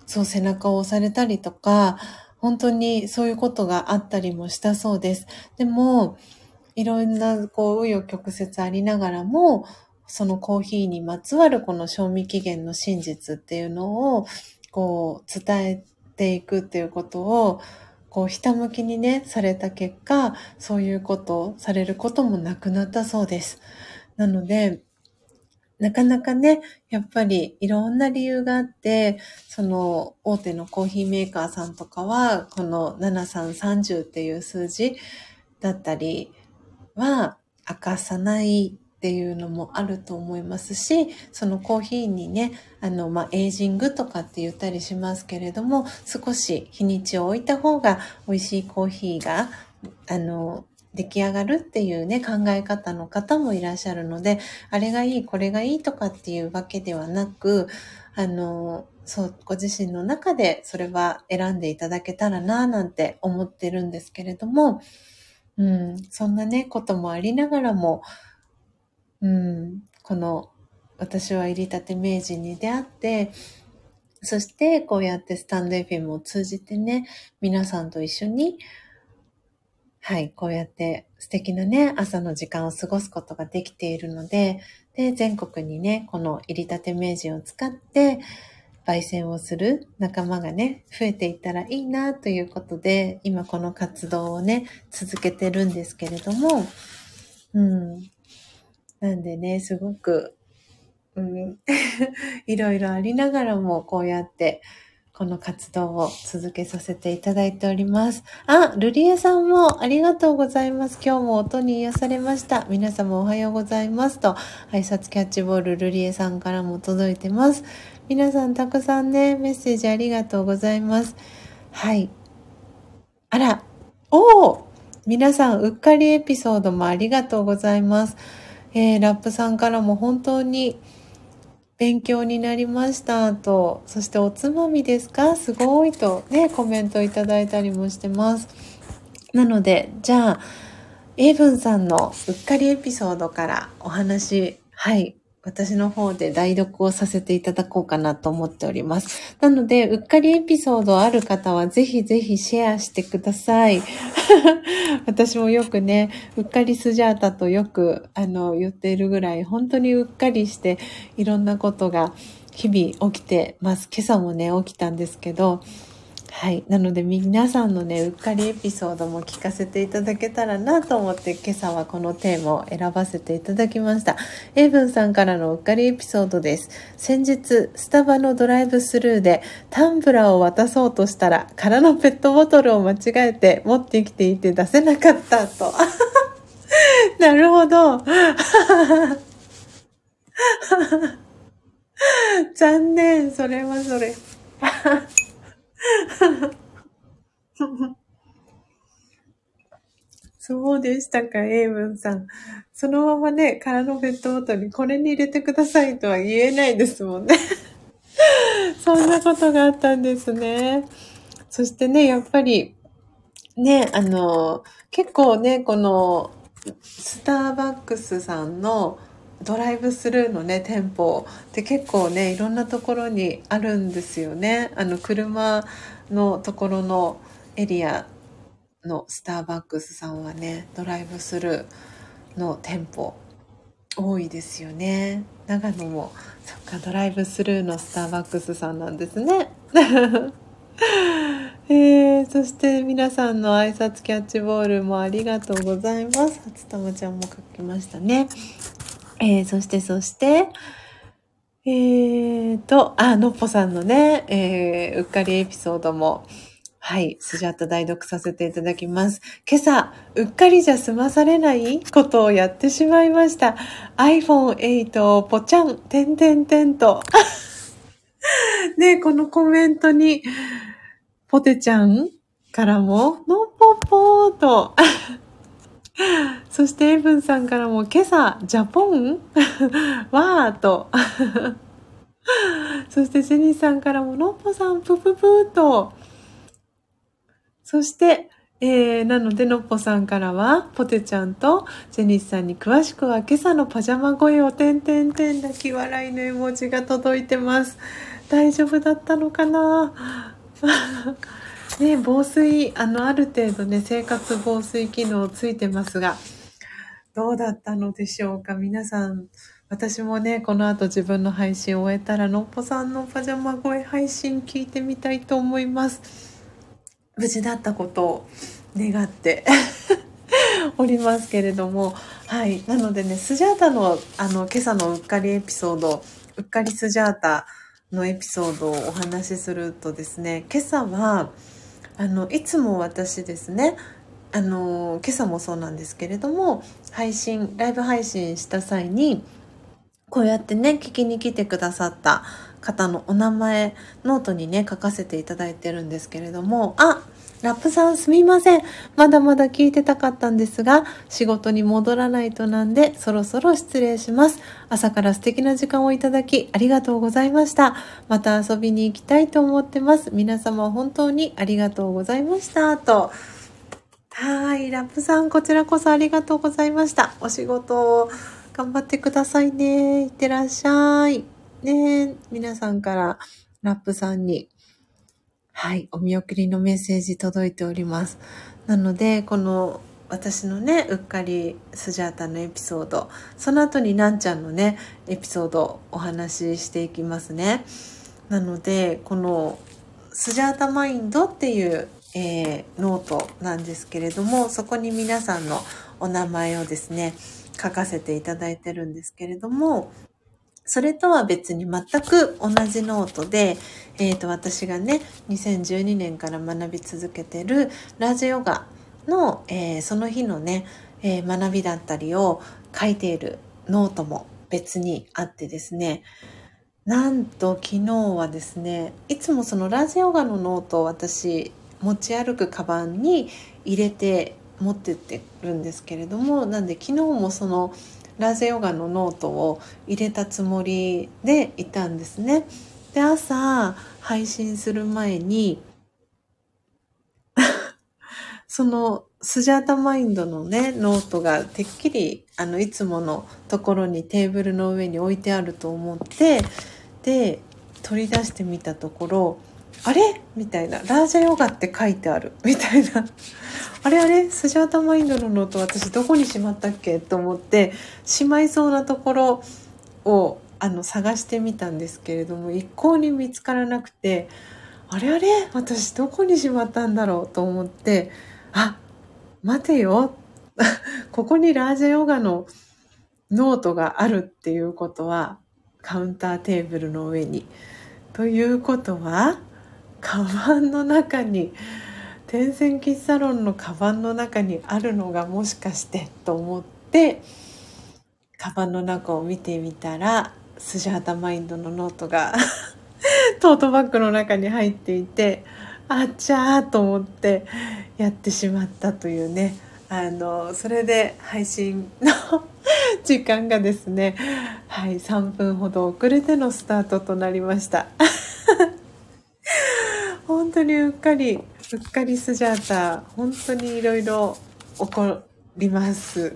そう背中を押されたりとか、本当にそういうことがあったりもしたそうです。でも、いろんな、こう、紆余曲折ありながらも、そのコーヒーにまつわるこの賞味期限の真実っていうのを、こう、伝えていくっていうことを、こう、ひたむきにね、された結果、そういうことをされることもなくなったそうです。なので、なかなかね、やっぱりいろんな理由があって、その大手のコーヒーメーカーさんとかは、このななさんさんじゅうっていう数字だったりは明かさないっていうのもあると思いますし、そのコーヒーにね、あの、まあ、エイジングとかって言ったりしますけれども、少し日にちを置いた方が美味しいコーヒーが、あの、出来上がるっていうね、考え方の方もいらっしゃるので、あれがいい、これがいいとかっていうわけではなく、あの、そう、ご自身の中でそれは選んでいただけたらなぁなんて思ってるんですけれども、うん、そんなね、こともありながらも、うん、この、私は入りたて名人に出会って、そしてこうやってスタンド エフエム を通じてね、皆さんと一緒に、はい、こうやって素敵なね、朝の時間を過ごすことができているので、で、全国にね、この入りたて名人を使って、焙煎をする仲間がね、増えていったらいいなということで、今この活動をね、続けてるんですけれども、うん。なんでね、すごく、うん、いろいろありながらも、こうやって、この活動を続けさせていただいております。あ、ルリエさんもありがとうございます。今日も音に癒されました。皆様おはようございますと、挨拶キャッチボールルリエさんからも届いてます。皆さんたくさんね、メッセージありがとうございます。はい。あら、おー皆さん、うっかりエピソードもありがとうございます。えー、ラップさんからも本当に勉強になりましたと、そしておつまみですかすごいとね、コメントいただいたりもしてます。なので、じゃあ、エイブンさんのうっかりエピソードからお話、はい、私の方で代読をさせていただこうかなと思っております。なので、うっかりエピソードある方はぜひぜひシェアしてください。私もよくね、うっかりスジャータとよくあの言っているぐらい、本当にうっかりしていろんなことが日々起きてます。今朝もね、起きたんですけど、はい。なので皆さんのね、うっかりエピソードも聞かせていただけたらなと思って今朝はこのテーマを選ばせていただきました。エイブンさんからのうっかりエピソードです。先日、スタバのドライブスルーでタンブラーを渡そうとしたら空のペットボトルを間違えて持ってきていて出せなかったと。なるほど。残念。それはそれ。そうでしたか、エイブンさん。そのままね、空のペットボトルにこれに入れてくださいとは言えないですもんね。そんなことがあったんですね。そしてね、やっぱり、ね、あの、結構ね、この、スターバックスさんのドライブスルーのね、店舗って結構ね、いろんなところにあるんですよね。あの、車のところのエリアのスターバックスさんはね、ドライブスルーの店舗多いですよね。長野も、そっか、ドライブスルーのスターバックスさんなんですね。えー、そして皆さんの挨拶キャッチボールもありがとうございます。初玉ちゃんも書きましたね。えー、そしてそして、えーと、あ、のっぽさんのね、えー、うっかりエピソードも、はい、スジャータ代読させていただきます。今朝、うっかりじゃ済まされないことをやってしまいました。アイフォンエイト をポチャン、てんてんてんと。ね、このコメントに、ポテちゃんからも、のっぽぽーと。そしてエイブンさんからも、今朝、ジャポンわーと。そしてセニーさんからも、のっぽさん、ぷぷぷーと。そして、 えー、なのでのっぽさんからはポテちゃんとジェニスさんに詳しくは今朝のパジャマ声をてんてんてん泣き笑いの絵文字が届いてます。大丈夫だったのかなね、防水あのある程度ね生活防水機能ついてますが、どうだったのでしょうか皆さん。私もねこの後自分の配信を終えたらのっぽさんのパジャマ声配信聞いてみたいと思います。無事だったことを願っておりますけれども、はい、なのでねスジャータのあの今朝のうっかりエピソード、うっかりスジャータのエピソードをお話しするとですね、今朝はあのいつも私ですね、あの今朝もそうなんですけれども、配信ライブ配信した際にこうやってね聞きに来てくださった方のお名前ノートにね書かせていただいてるんですけれども、あ、ラップさんすみません、まだまだ聞いてたかったんですが仕事に戻らないとなんでそろそろ失礼します。朝から素敵な時間をいただきありがとうございました。また遊びに行きたいと思ってます。皆様本当にありがとうございましたと。はい、ラップさんこちらこそありがとうございました。お仕事頑張ってくださいね。いってらっしゃい。ね、皆さんからラップさんに、はい、お見送りのメッセージ届いております。なので、この私のね、うっかりスジャータのエピソード、その後になんちゃんのね、エピソードをお話ししていきますね。なので、このスジャータマインドっていう、えー、ノートなんですけれども、そこに皆さんのお名前をですね、書かせていただいてるんですけれども、それとは別に全く同じノートで、えーと、私がね、にせんじゅうにねんから学び続けてるラージヨガの、えー、その日のね、えー、学びだったりを書いているノートも別にあってですね、なんと昨日はですね、いつもそのラージヨガのノートを私持ち歩くカバンに入れて持ってってるんですけれども、なんで昨日もそのラージヨガのノートを入れたつもりでいたんですね。で、朝配信する前にそのスジャータマインドのねノートがてっきりあのいつものところにテーブルの上に置いてあると思って、で取り出してみたところ、あれみたいな、ラージャヨガって書いてあるみたいなあれあれスジャータマインドのノート私どこにしまったっけと思ってしまいそうなところをあの探してみたんですけれども、一向に見つからなくて、あれあれ私どこにしまったんだろうと思って、あ、待てよここにラージャヨガのノートがあるっていうことは、カウンターテーブルの上にということは、カバンの中に、天線キッサロンのカバンの中にあるのがもしかしてと思ってカバンの中を見てみたら、スジャータマインドのノートがトートバッグの中に入っていて、あっちゃーと思ってやってしまったというね、あのそれで配信の時間がですね、はい、さんぷんほど遅れてのスタートとなりました本当にうっかりうっかりスジャータ、本当にいろいろ起こります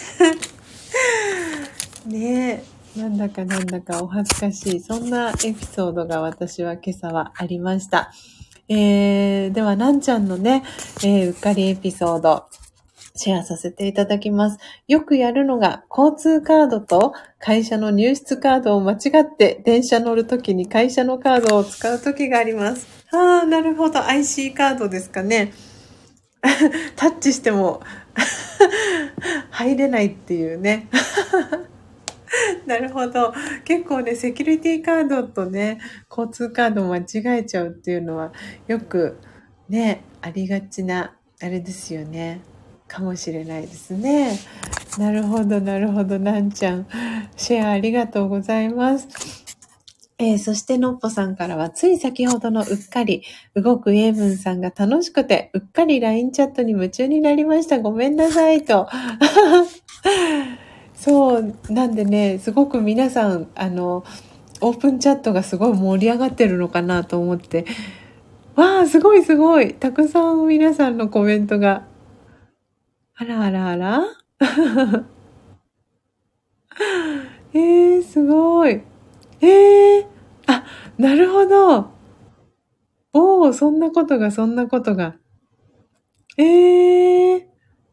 ねえ、なんだかなんだかお恥ずかしい、そんなエピソードが私は今朝はありました。えー、ではなんちゃんのね、えー、うっかりエピソードシェアさせていただきます。よくやるのが、交通カードと会社の入室カードを間違って電車乗るときに会社のカードを使うときがあります。ああ、なるほど。アイシー カードですかね。タッチしても入れないっていうね。なるほど。結構ね、セキュリティカードとね、交通カードを間違えちゃうっていうのは、よくね、ありがちな、あれですよね。かもしれないですね。なるほど、なるほど、なんちゃん。シェアありがとうございます。えー、そしてのっぽさんからは、つい先ほどのうっかり、動く英文さんが楽しくて、うっかり ライン チャットに夢中になりました。ごめんなさいと。そう、なんでね、すごく皆さん、あの、オープンチャットがすごい盛り上がってるのかなと思って、 わあ、すごいすごい。たくさん皆さんのコメントが。あらあらあらえー、すごい。えー、あ、なるほど。おー、そんなことが、そんなことが。えー、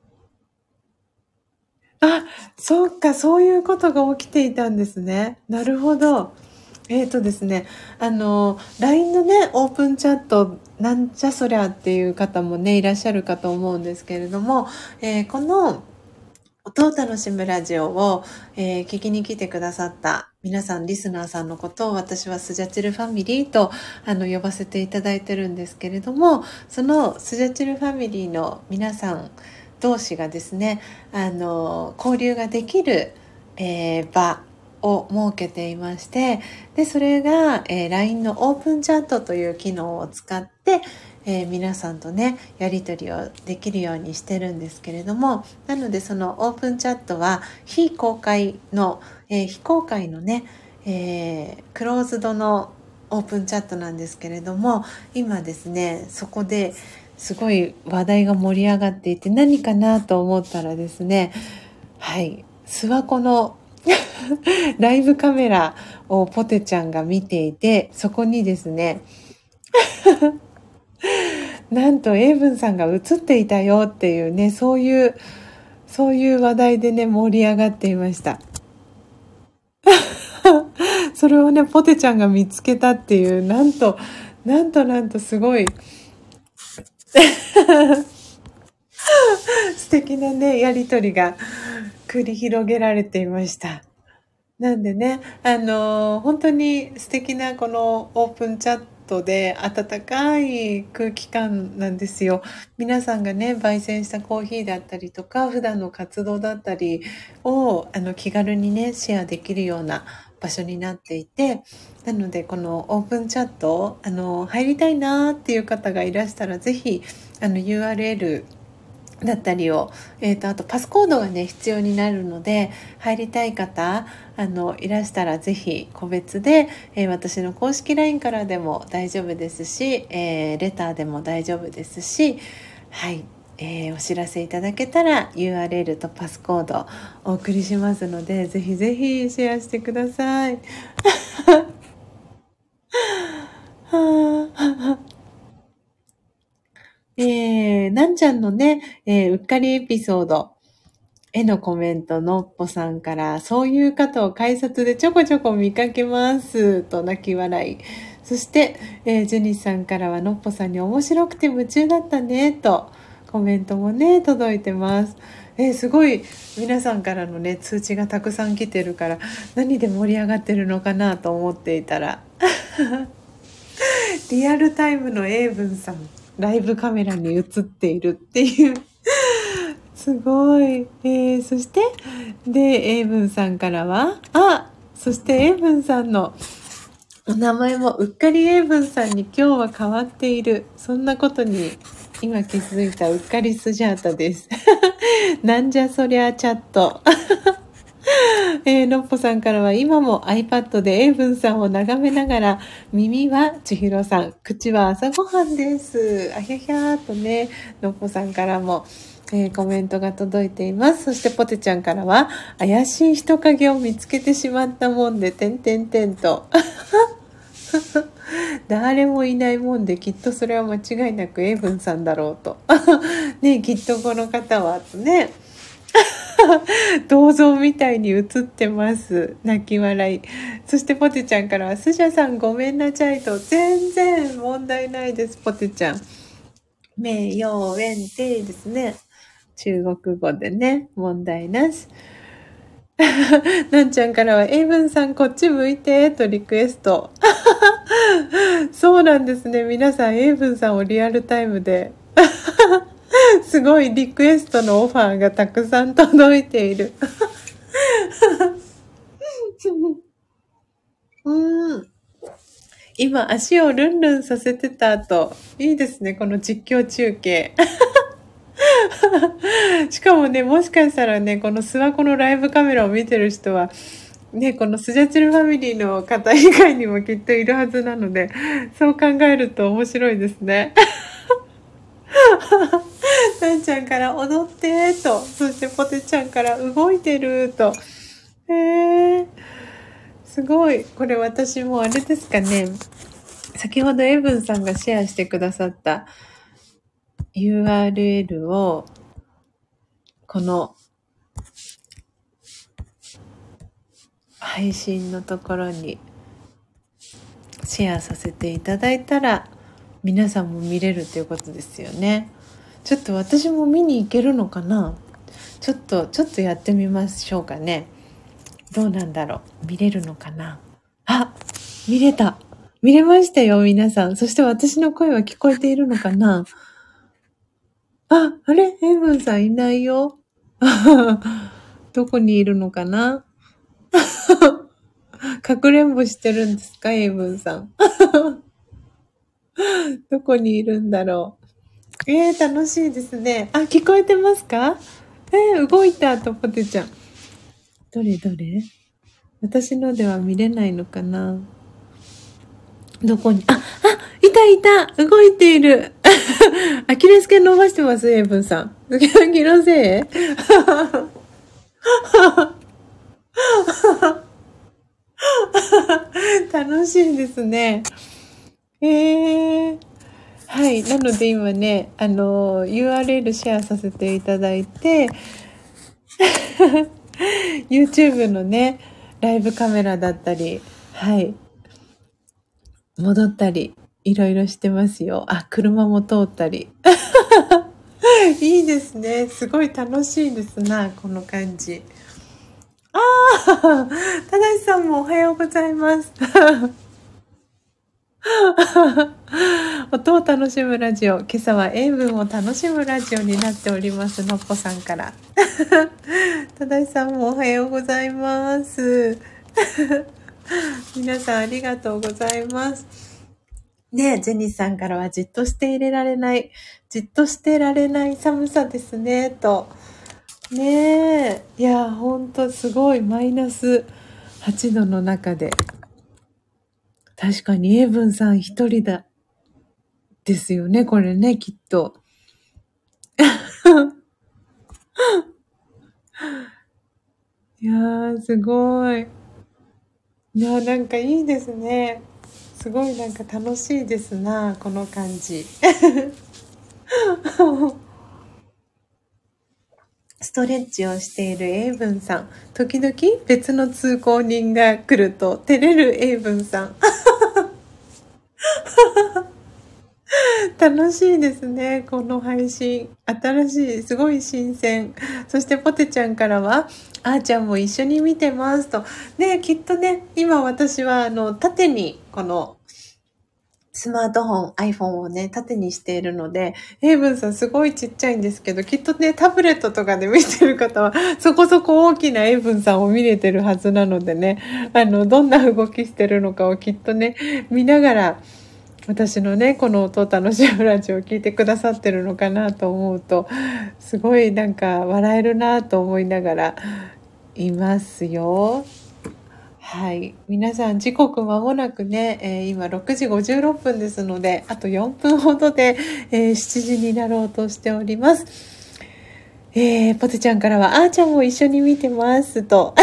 あ、そっか、そういうことが起きていたんですね。なるほど。えーとですね、あの、ライン のね、オープンチャット、なんじゃそりゃっていう方もね、いらっしゃるかと思うんですけれども、えーこの、音を楽しむラジオを、えー聞きに来てくださった皆さん、リスナーさんのことを私はスジャチルファミリーとあの呼ばせていただいてるんですけれども、そのスジャチルファミリーの皆さん同士がですね、あの交流ができる、えー場を設けていまして、でそれが、えー ライン のオープンチャットという機能を使って、えー皆さんとねやり取りをできるようにしてるんですけれども、なのでそのオープンチャットは非公開の、えー非公開のね、えークローズドのオープンチャットなんですけれども、今ですねそこですごい話題が盛り上がっていて、何かなと思ったらですね、はい、諏訪湖のライブカメラをポテちゃんが見ていて、そこにですね、なんとエイブンさんが映っていたよっていうね、そういう、そういう話題でね、盛り上がっていました。それをね、ポテちゃんが見つけたっていう、なんと、なんとなんとすごい素敵なね、やりとりが繰り広げられていました。なんでね、あのー本当に素敵なこのオープンチャットで温かい空気感なんですよ。皆さんがね、焙煎したコーヒーだったりとか、普段の活動だったりをあの気軽にね、シェアできるような場所になっていて、なのでこのオープンチャット、あの、入りたいなーっていう方がいらしたら、ぜひ、あの ユーアールエルだったりを、えーと、あとパスコードがね必要になるので、入りたい方あのいらしたらぜひ個別で、えー私の公式 ライン からでも大丈夫ですし、えーレターでも大丈夫ですし、はい、えーお知らせいただけたら ユーアールエル とパスコードお送りしますので、ぜひぜひシェアしてください。はあえー、なんちゃんのね、えーうっかりエピソード絵のコメント、のっぽさんから、そういう方を改札でちょこちょこ見かけます、と泣き笑い。そして、えージュニスさんからは、のっぽさんに面白くて夢中だったね、とコメントもね、届いてます。えーすごい皆さんからのね、通知がたくさん来てるから、何で盛り上がってるのかなと思っていたら、リアルタイムの英文さん、ライブカメラに映っているっていうすごい。えー、そして、で、エイブンさんからは、あ、そしてエイブンさんのお名前もうっかりエイブンさんに今日は変わっている。そんなことに今気づいたうっかりスジャータです。なんじゃそりゃチャット。えー、のっぽさんからは今も iPad でエイブンさんを眺めながら、耳は千尋さん、口は朝ごはんです。あひゃひゃーとね、のっぽさんからも、えーコメントが届いています。そしてポテちゃんからは、怪しい人影を見つけてしまったもんで、てんてんてんと。誰もいないもんで、きっとそれは間違いなくエイブンさんだろうと。ね、きっとこの方は、ね、銅像みたいに映ってます。泣き笑い。そしてポテちゃんからは、スジャさんごめんなちゃいと、全然問題ないです、ポテちゃん。名誉ウェンテですね。中国語でね、問題なし。なんちゃんからは、エイブンさんこっち向いて、とリクエスト。そうなんですね。皆さん、エイブンさんをリアルタイムで。すごいリクエストのオファーがたくさん届いている。うん。今、足をルンルンさせてた後、いいですね、この実況中継。しかもね、もしかしたらね、この諏訪湖のライブカメラを見てる人は、 ね、このスジャチルファミリーの方以外にもきっといるはずなので、そう考えると面白いですね。なんちゃんから踊ってと、そしてポテちゃんから動いてると。へー、すごい。これ私もあれですかね。先ほどエブンさんがシェアしてくださった ユーアールエル をこの配信のところにシェアさせていただいたら皆さんも見れるということですよね。ちょっと私も見に行けるのかな。ちょっとちょっとやってみましょうかね。どうなんだろう。見れるのかな。あ、見れた。見れましたよ、皆さん。そして私の声は聞こえているのかな。あ、あれエイブンさんいないよ。どこにいるのかな。かくれんぼしてるんですか、エイブンさん。どこにいるんだろう。えー、楽しいですね。あ、聞こえてますか。えー、動いたとポテちゃん。どれどれ。私のでは見れないのかな。どこに、あ、あ、いたいた、動いている。アキレス腱伸ばしてます、エイブンさん。気のせい。楽しいですね。えー、はい。なので今ね、あの、ユーアールエル シェアさせていただいて、YouTube のね、ライブカメラだったり、はい。戻ったり、いろいろしてますよ。あ、車も通ったり。いいですね。すごい楽しいですな、この感じ。ああ、ただしさんもおはようございます。音を楽しむラジオ。今朝は英文を楽しむラジオになっております。のっぽさんから。ただしさんもおはようございます。皆さんありがとうございます。ねえ、ジェニーさんからはじっとしていれられない、じっとしてられない寒さですね、と。ねえ、いや、ほんとすごい、マイナスはちどの中で。確かにエイブンさん一人だ。ですよね、これね、きっと。いやー、すごい。いやー、なんかいいですね。すごいなんか楽しいですな、この感じ。ストレッチをしているエイブンさん。時々別の通行人が来ると照れるエイブンさん。楽しいですね、この配信。新しい、すごい新鮮。そしてポテちゃんからは、あーちゃんも一緒に見てますと。ね、きっとね、今私はあの、縦にこのスマートフォン、iPhone をね、縦にしているので、エイブンさんすごいちっちゃいんですけど、きっとね、タブレットとかで見てる方は、そこそこ大きなエイブンさんを見れてるはずなのでね、あの、どんな動きしてるのかをきっとね、見ながら、私のね、この音を楽しむラジオを聞いてくださってるのかなと思うと、すごいなんか笑えるなと思いながらいますよ。はい。皆さん時刻まもなくね、えー、今ろくじごじゅうろっぷんですので、あとよんぷんほどで、えー、しちじになろうとしております。えー、ポテちゃんからは、あーちゃんも一緒に見てますと。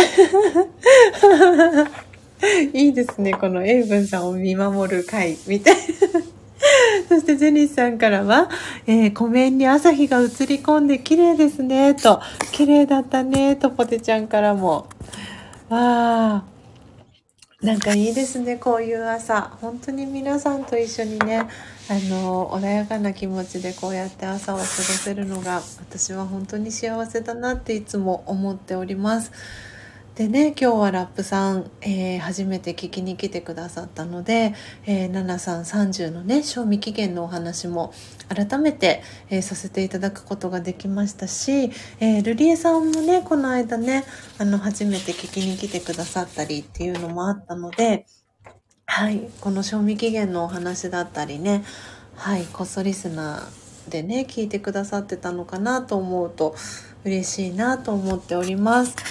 いいですね。このエイブンさんを見守る会みたいな。そしてジェニスさんからは、えー、湖面に朝日が映り込んで綺麗ですねと。綺麗だったねとポテちゃんからも。わー。なんかいいですね、こういう朝。本当に皆さんと一緒にね、あの、穏やかな気持ちでこうやって朝を過ごせるのが、私は本当に幸せだなっていつも思っております。でね、今日はラップさん、えー、初めて聞きに来てくださったので、えー、ナナさんさんじゅうのね、賞味期限のお話も改めて、えー、させていただくことができましたし、えー、ルリエさんもね、この間ね、あの、初めて聞きに来てくださったりっていうのもあったので、はい、この賞味期限のお話だったりね、はい、こっそリスナーでね、聞いてくださってたのかなと思うと嬉しいなと思っております。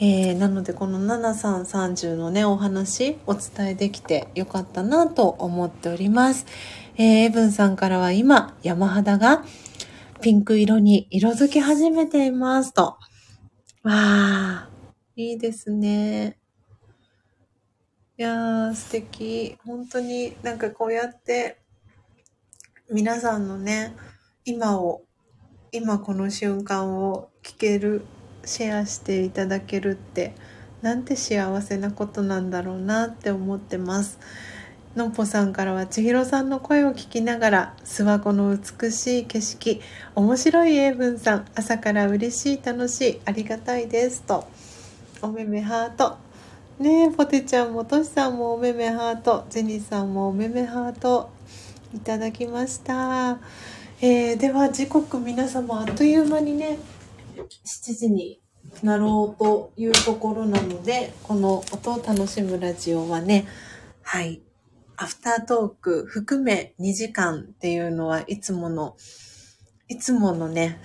えー、なのでこのななさんさんじゅうのねお話お伝えできてよかったなと思っております。えー、エブンさんからは今山肌がピンク色に色づき始めていますと。わー、いいですね。いやー素敵。本当になんかこうやって皆さんのね今を今この瞬間を聞ける、シェアしていただけるってなんて幸せなことなんだろうなって思ってます。のっぽさんからは千尋さんの声を聞きながら諏訪湖の美しい景色、面白い英文さん、朝から嬉しい、楽しい、ありがたいですとおめめハートねえ、ポテちゃんもとしさんもおめめハート、ジェニーさんもおめめハートいただきました。えー、では時刻皆様あっという間にねしちじになろうというところなので、この音を楽しむラジオはね、はいアフタートーク含めにじかんっていうのはいつものいつものね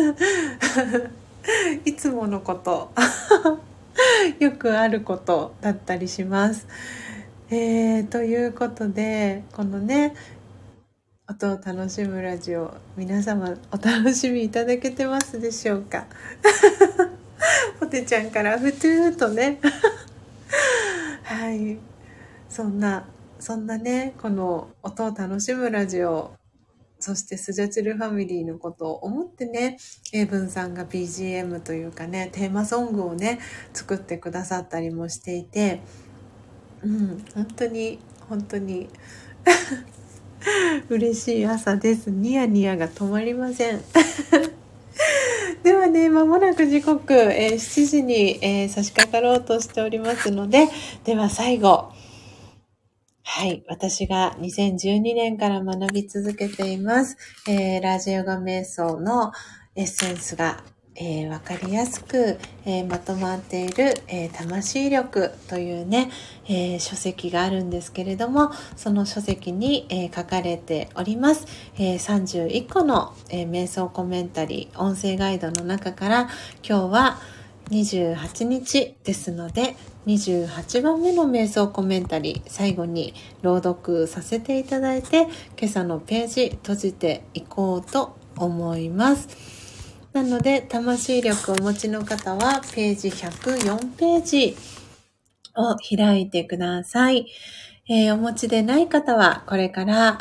いつものことよくあることだったりします。えー、ということでこのね音を楽しむラジオ、皆様お楽しみいただけてますでしょうか。ポテちゃんからふつーとねはい、そんなそんなねこの音を楽しむラジオ、そしてスジャチルファミリーのことを思ってね、英文さんが ビージーエム というかねテーマソングをね作ってくださったりもしていて、うん本当に本当に嬉しい朝です。ニヤニヤが止まりませんではね、まもなく時刻、えー、しちじに、えー、差し掛かろうとしておりますので、では最後、はい、私がにせんじゅうにねんから学び続けています、えー、ラージヨガ瞑想のエッセンスが、えー、わかりやすく、えー、まとまっている、えー、魂力というね、えー、書籍があるんですけれども、その書籍に、えー、書かれております、えー、さんじゅういっこの、えー、瞑想コメンタリー音声ガイドの中から今日はにじゅうはちにちですのでにじゅうはちばんめの瞑想コメンタリー最後に朗読させていただいて、今朝のページ閉じていこうと思います。なので魂力をお持ちの方はページひゃくよんページを開いてください。えー、お持ちでない方はこれから、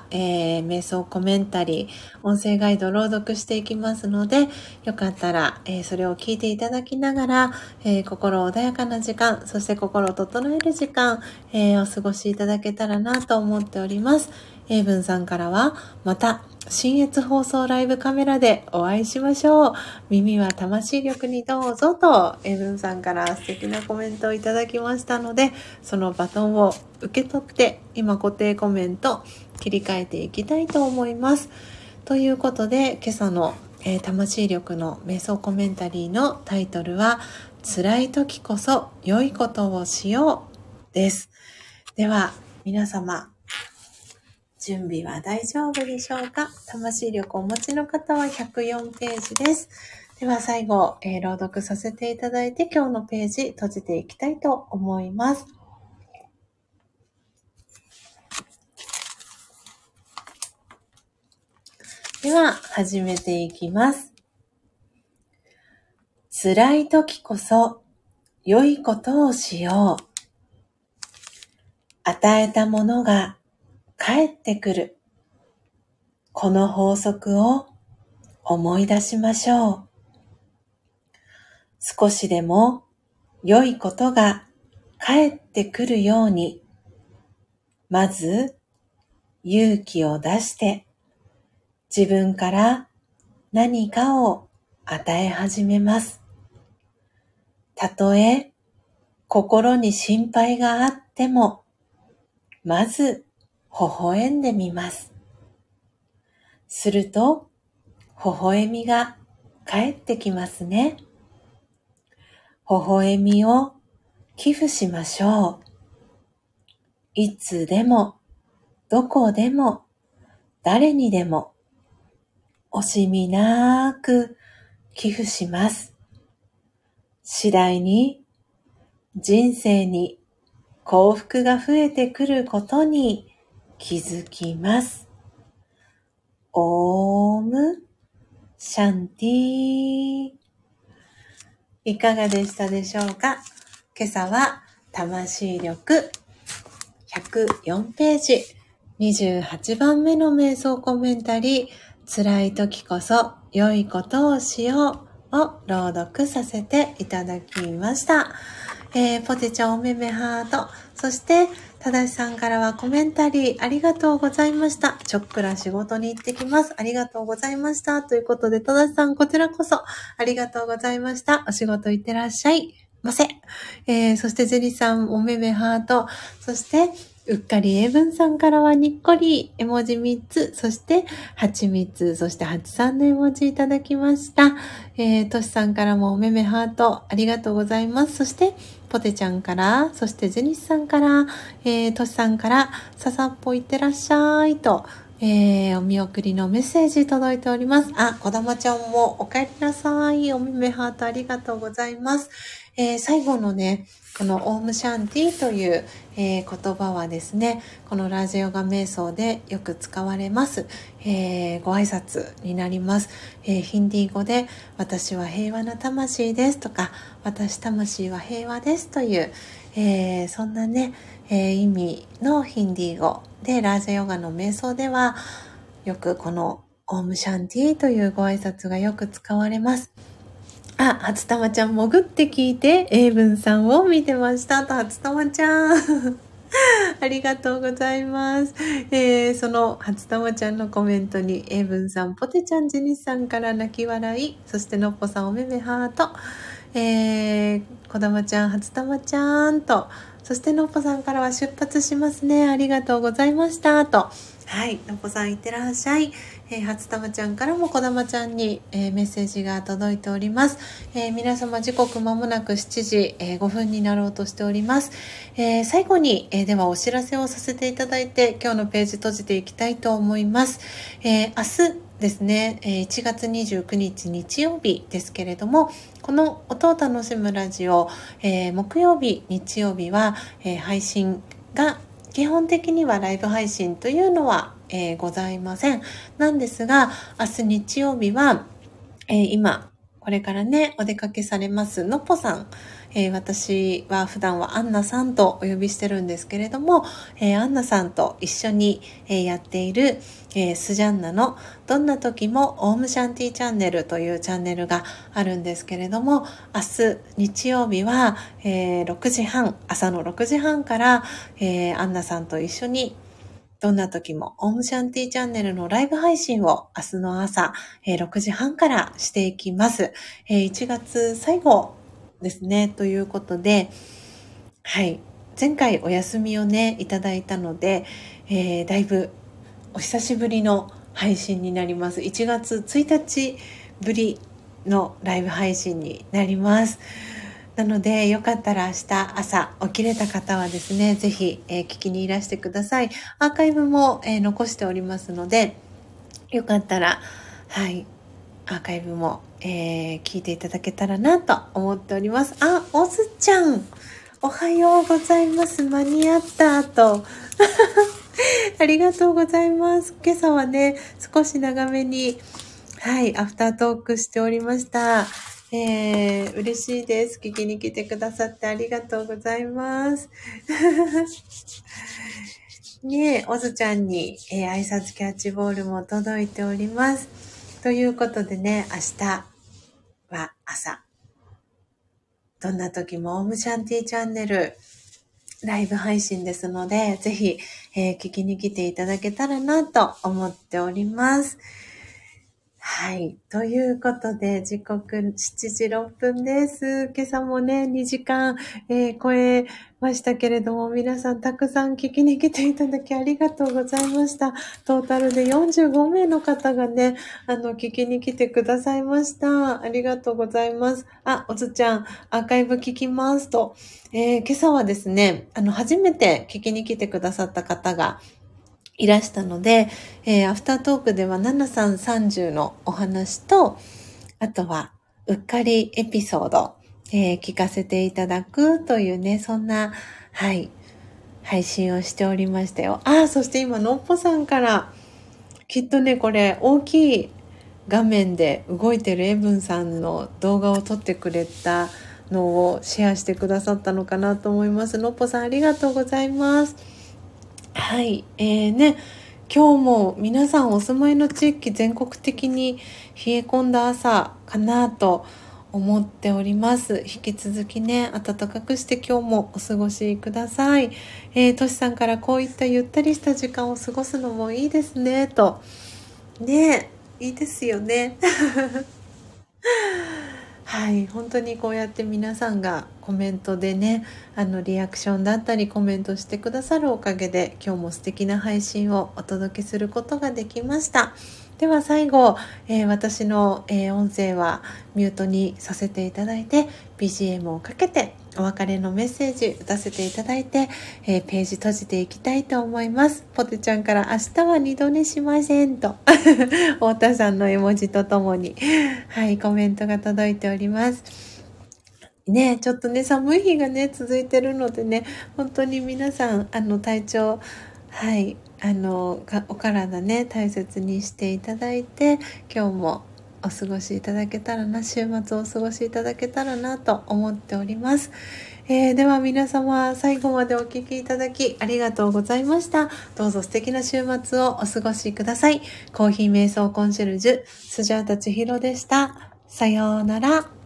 えー、瞑想コメンタリー音声ガイドを朗読していきますので、よかったら、えー、それを聞いていただきながら、えー、心穏やかな時間、そして心を整える時間、えー、お過ごしいただけたらなと思っております。英文さんからはまた新越放送ライブカメラでお会いしましょう。耳は魂力にどうぞと英文さんから素敵なコメントをいただきましたので、そのバトンを受け取って今固定コメント切り替えていきたいと思います。ということで今朝の、えー、魂力の瞑想コメンタリーのタイトルは辛い時こそ良いことをしようです。では皆様準備は大丈夫でしょうか。魂力をお持ちの方はひゃくよんページです。では最後、えー、朗読させていただいて今日のページ閉じていきたいと思います。では始めていきます。辛い時こそ良いことをしよう。与えたものが返ってくる。この法則を思い出しましょう。少しでも良いことが返ってくるように、まず勇気を出して自分から何かを与え始めます。たとえ心に心配があっても、まず微笑んでみます。すると微笑みが返ってきますね。微笑みを寄付しましょう。いつでも、どこでも、誰にでも、惜しみなく寄付します。次第に人生に幸福が増えてくることに気づきます。オームシャンティ。いかがでしたでしょうか。今朝は魂力ひゃくよんページにじゅうはちばんめの瞑想コメンタリー、辛い時こそ良いことをしようを朗読させていただきました。えー、ポテチョおめめハート、そしてただしさんからはコメンタリーありがとうございました。ちょっくら仕事に行ってきます。ありがとうございました。ということで、ただしさんこちらこそありがとうございました。お仕事行ってらっしゃいませ。えー、そしてジェリさんおめめハート、そしてうっかり英文さんからはにっこり絵文字みっつ、そしてはちみつ、そしてはちさんの絵文字いただきました。えー、としさんからもおめめハートありがとうございます。そしてポテちゃんから、そしてジェニスさんから、えー、としさんからささっぽいってらっしゃいと、えー、お見送りのメッセージ届いております。あ、こだまちゃんもお帰りなさい。おめめハートありがとうございます。えー、最後のね、このオームシャンティという、えー、言葉はですね、このラジオガ瞑想でよく使われます、えー、ご挨拶になります、えー、ヒンディー語で私は平和な魂ですとか、私魂は平和ですという、えー、そんなね、えー、意味のヒンディー語でラージャヨガの瞑想ではよくこのオームシャンティというご挨拶がよく使われます。あ、初玉ちゃん潜って聞いて英文さんを見てましたと、初玉ちゃんありがとうございます、えー、その初玉ちゃんのコメントに英文さん、ポテちゃん、ジェニスさんから泣き笑い、そしてのっぽさんおめめハート、えー、こだまちゃん、初玉ちゃんと、そしてのっぽさんからは出発しますね、ありがとうございましたと、はい、のっぽさんいってらっしゃい。えー、初玉ちゃんからもこだまちゃんに、えー、メッセージが届いております。えー、皆様時刻まもなくしちじ、えー、ごふんになろうとしております。えー、最後に、えー、ではお知らせをさせていただいて今日のページ閉じていきたいと思います。えー、明日ですね、えー、いちがつにじゅうくにち日曜日ですけれども、この音を楽しむラジオ、えー、木曜日日曜日は、えー、配信が基本的にはライブ配信というのは、えー、ございません。なんですが、明日日曜日は、えー、今これからねお出かけされますのっぽさん、えー、私は普段はアンナさんとお呼びしてるんですけれども、えー、アンナさんと一緒に、えー、やっている、えー、スジャンナのどんな時もオームシャンティチャンネルというチャンネルがあるんですけれども、明日日曜日は、えー、ろくじはん、朝のろくじはんから、えー、アンナさんと一緒にどんな時もオームシャンティチャンネルのライブ配信を明日の朝、えー、ろくじはんからしていきます、えー、いちがつ最後ですねということで、はい前回お休みをねいただいたので、えー、だいぶお久しぶりの配信になります。いちがつついたちぶりのライブ配信になります。なのでよかったら明日朝起きれた方はですね、ぜひ、えー、聞きにいらしてください。アーカイブも、えー、残しておりますので、よかったらはいアーカイブも、えー、聞いていただけたらなと思っております。あ、おずちゃんおはようございます。間に合ったとありがとうございます。今朝はね少し長めにはいアフタートークしておりました。えー、嬉しいです。聞きに来てくださってありがとうございます。ねえ、おずちゃんに、えー、挨拶キャッチボールも届いております。ということでね、明日は朝、どんな時もオームシャンティチャンネル、ライブ配信ですので、ぜひ、えー、聞きに来ていただけたらなと思っております。はい。ということで、時刻しちじろっぷんです。今朝もね、にじかん、えー、超えましたけれども、皆さんたくさん聞きに来ていただきありがとうございました。トータルでよんじゅうごめいの方がね、あの、聞きに来てくださいました。ありがとうございます。あ、おずちゃん、アーカイブ聞きますと、えー、今朝はですね、あの、初めて聞きに来てくださった方が、いらしたので、えー、アフタートークではななさんさんじゅうのお話と、あとはうっかりエピソードえー聞かせていただくというね、そんな、はい、配信をしておりましたよ。ああ、そして今、のっぽさんから、きっとね、これ、大きい画面で動いてるエブンさんの動画を撮ってくれたのをシェアしてくださったのかなと思います。のっぽさん、ありがとうございます。はい、えーね、今日も皆さんお住まいの地域全国的に冷え込んだ朝かなと思っております。引き続きね、暖かくして今日もお過ごしください。えー、としさんからこういったゆったりした時間を過ごすのもいいですね、と。ね、いいですよね。はい、本当にこうやって皆さんがコメントでね、あのリアクションだったりコメントしてくださるおかげで今日も素敵な配信をお届けすることができました。では最後、えー私の、えー音声はミュートにさせていただいて ビージーエム をかけてお別れのメッセージ打たせていただいて、えーページ閉じていきたいと思います。ポテちゃんから明日は二度寝しませんと太田さんの絵文字とともにはいコメントが届いております。ね、ちょっとね寒い日がね続いてるのでね、本当に皆さんあの体調、はいあのお体ね大切にしていただいて、今日もお過ごしいただけたらな、週末をお過ごしいただけたらなと思っております。えーでは皆様最後までお聞きいただきありがとうございました。どうぞ素敵な週末をお過ごしください。コーヒー瞑想コンシェルジュスジャータ千尋でした。さようなら。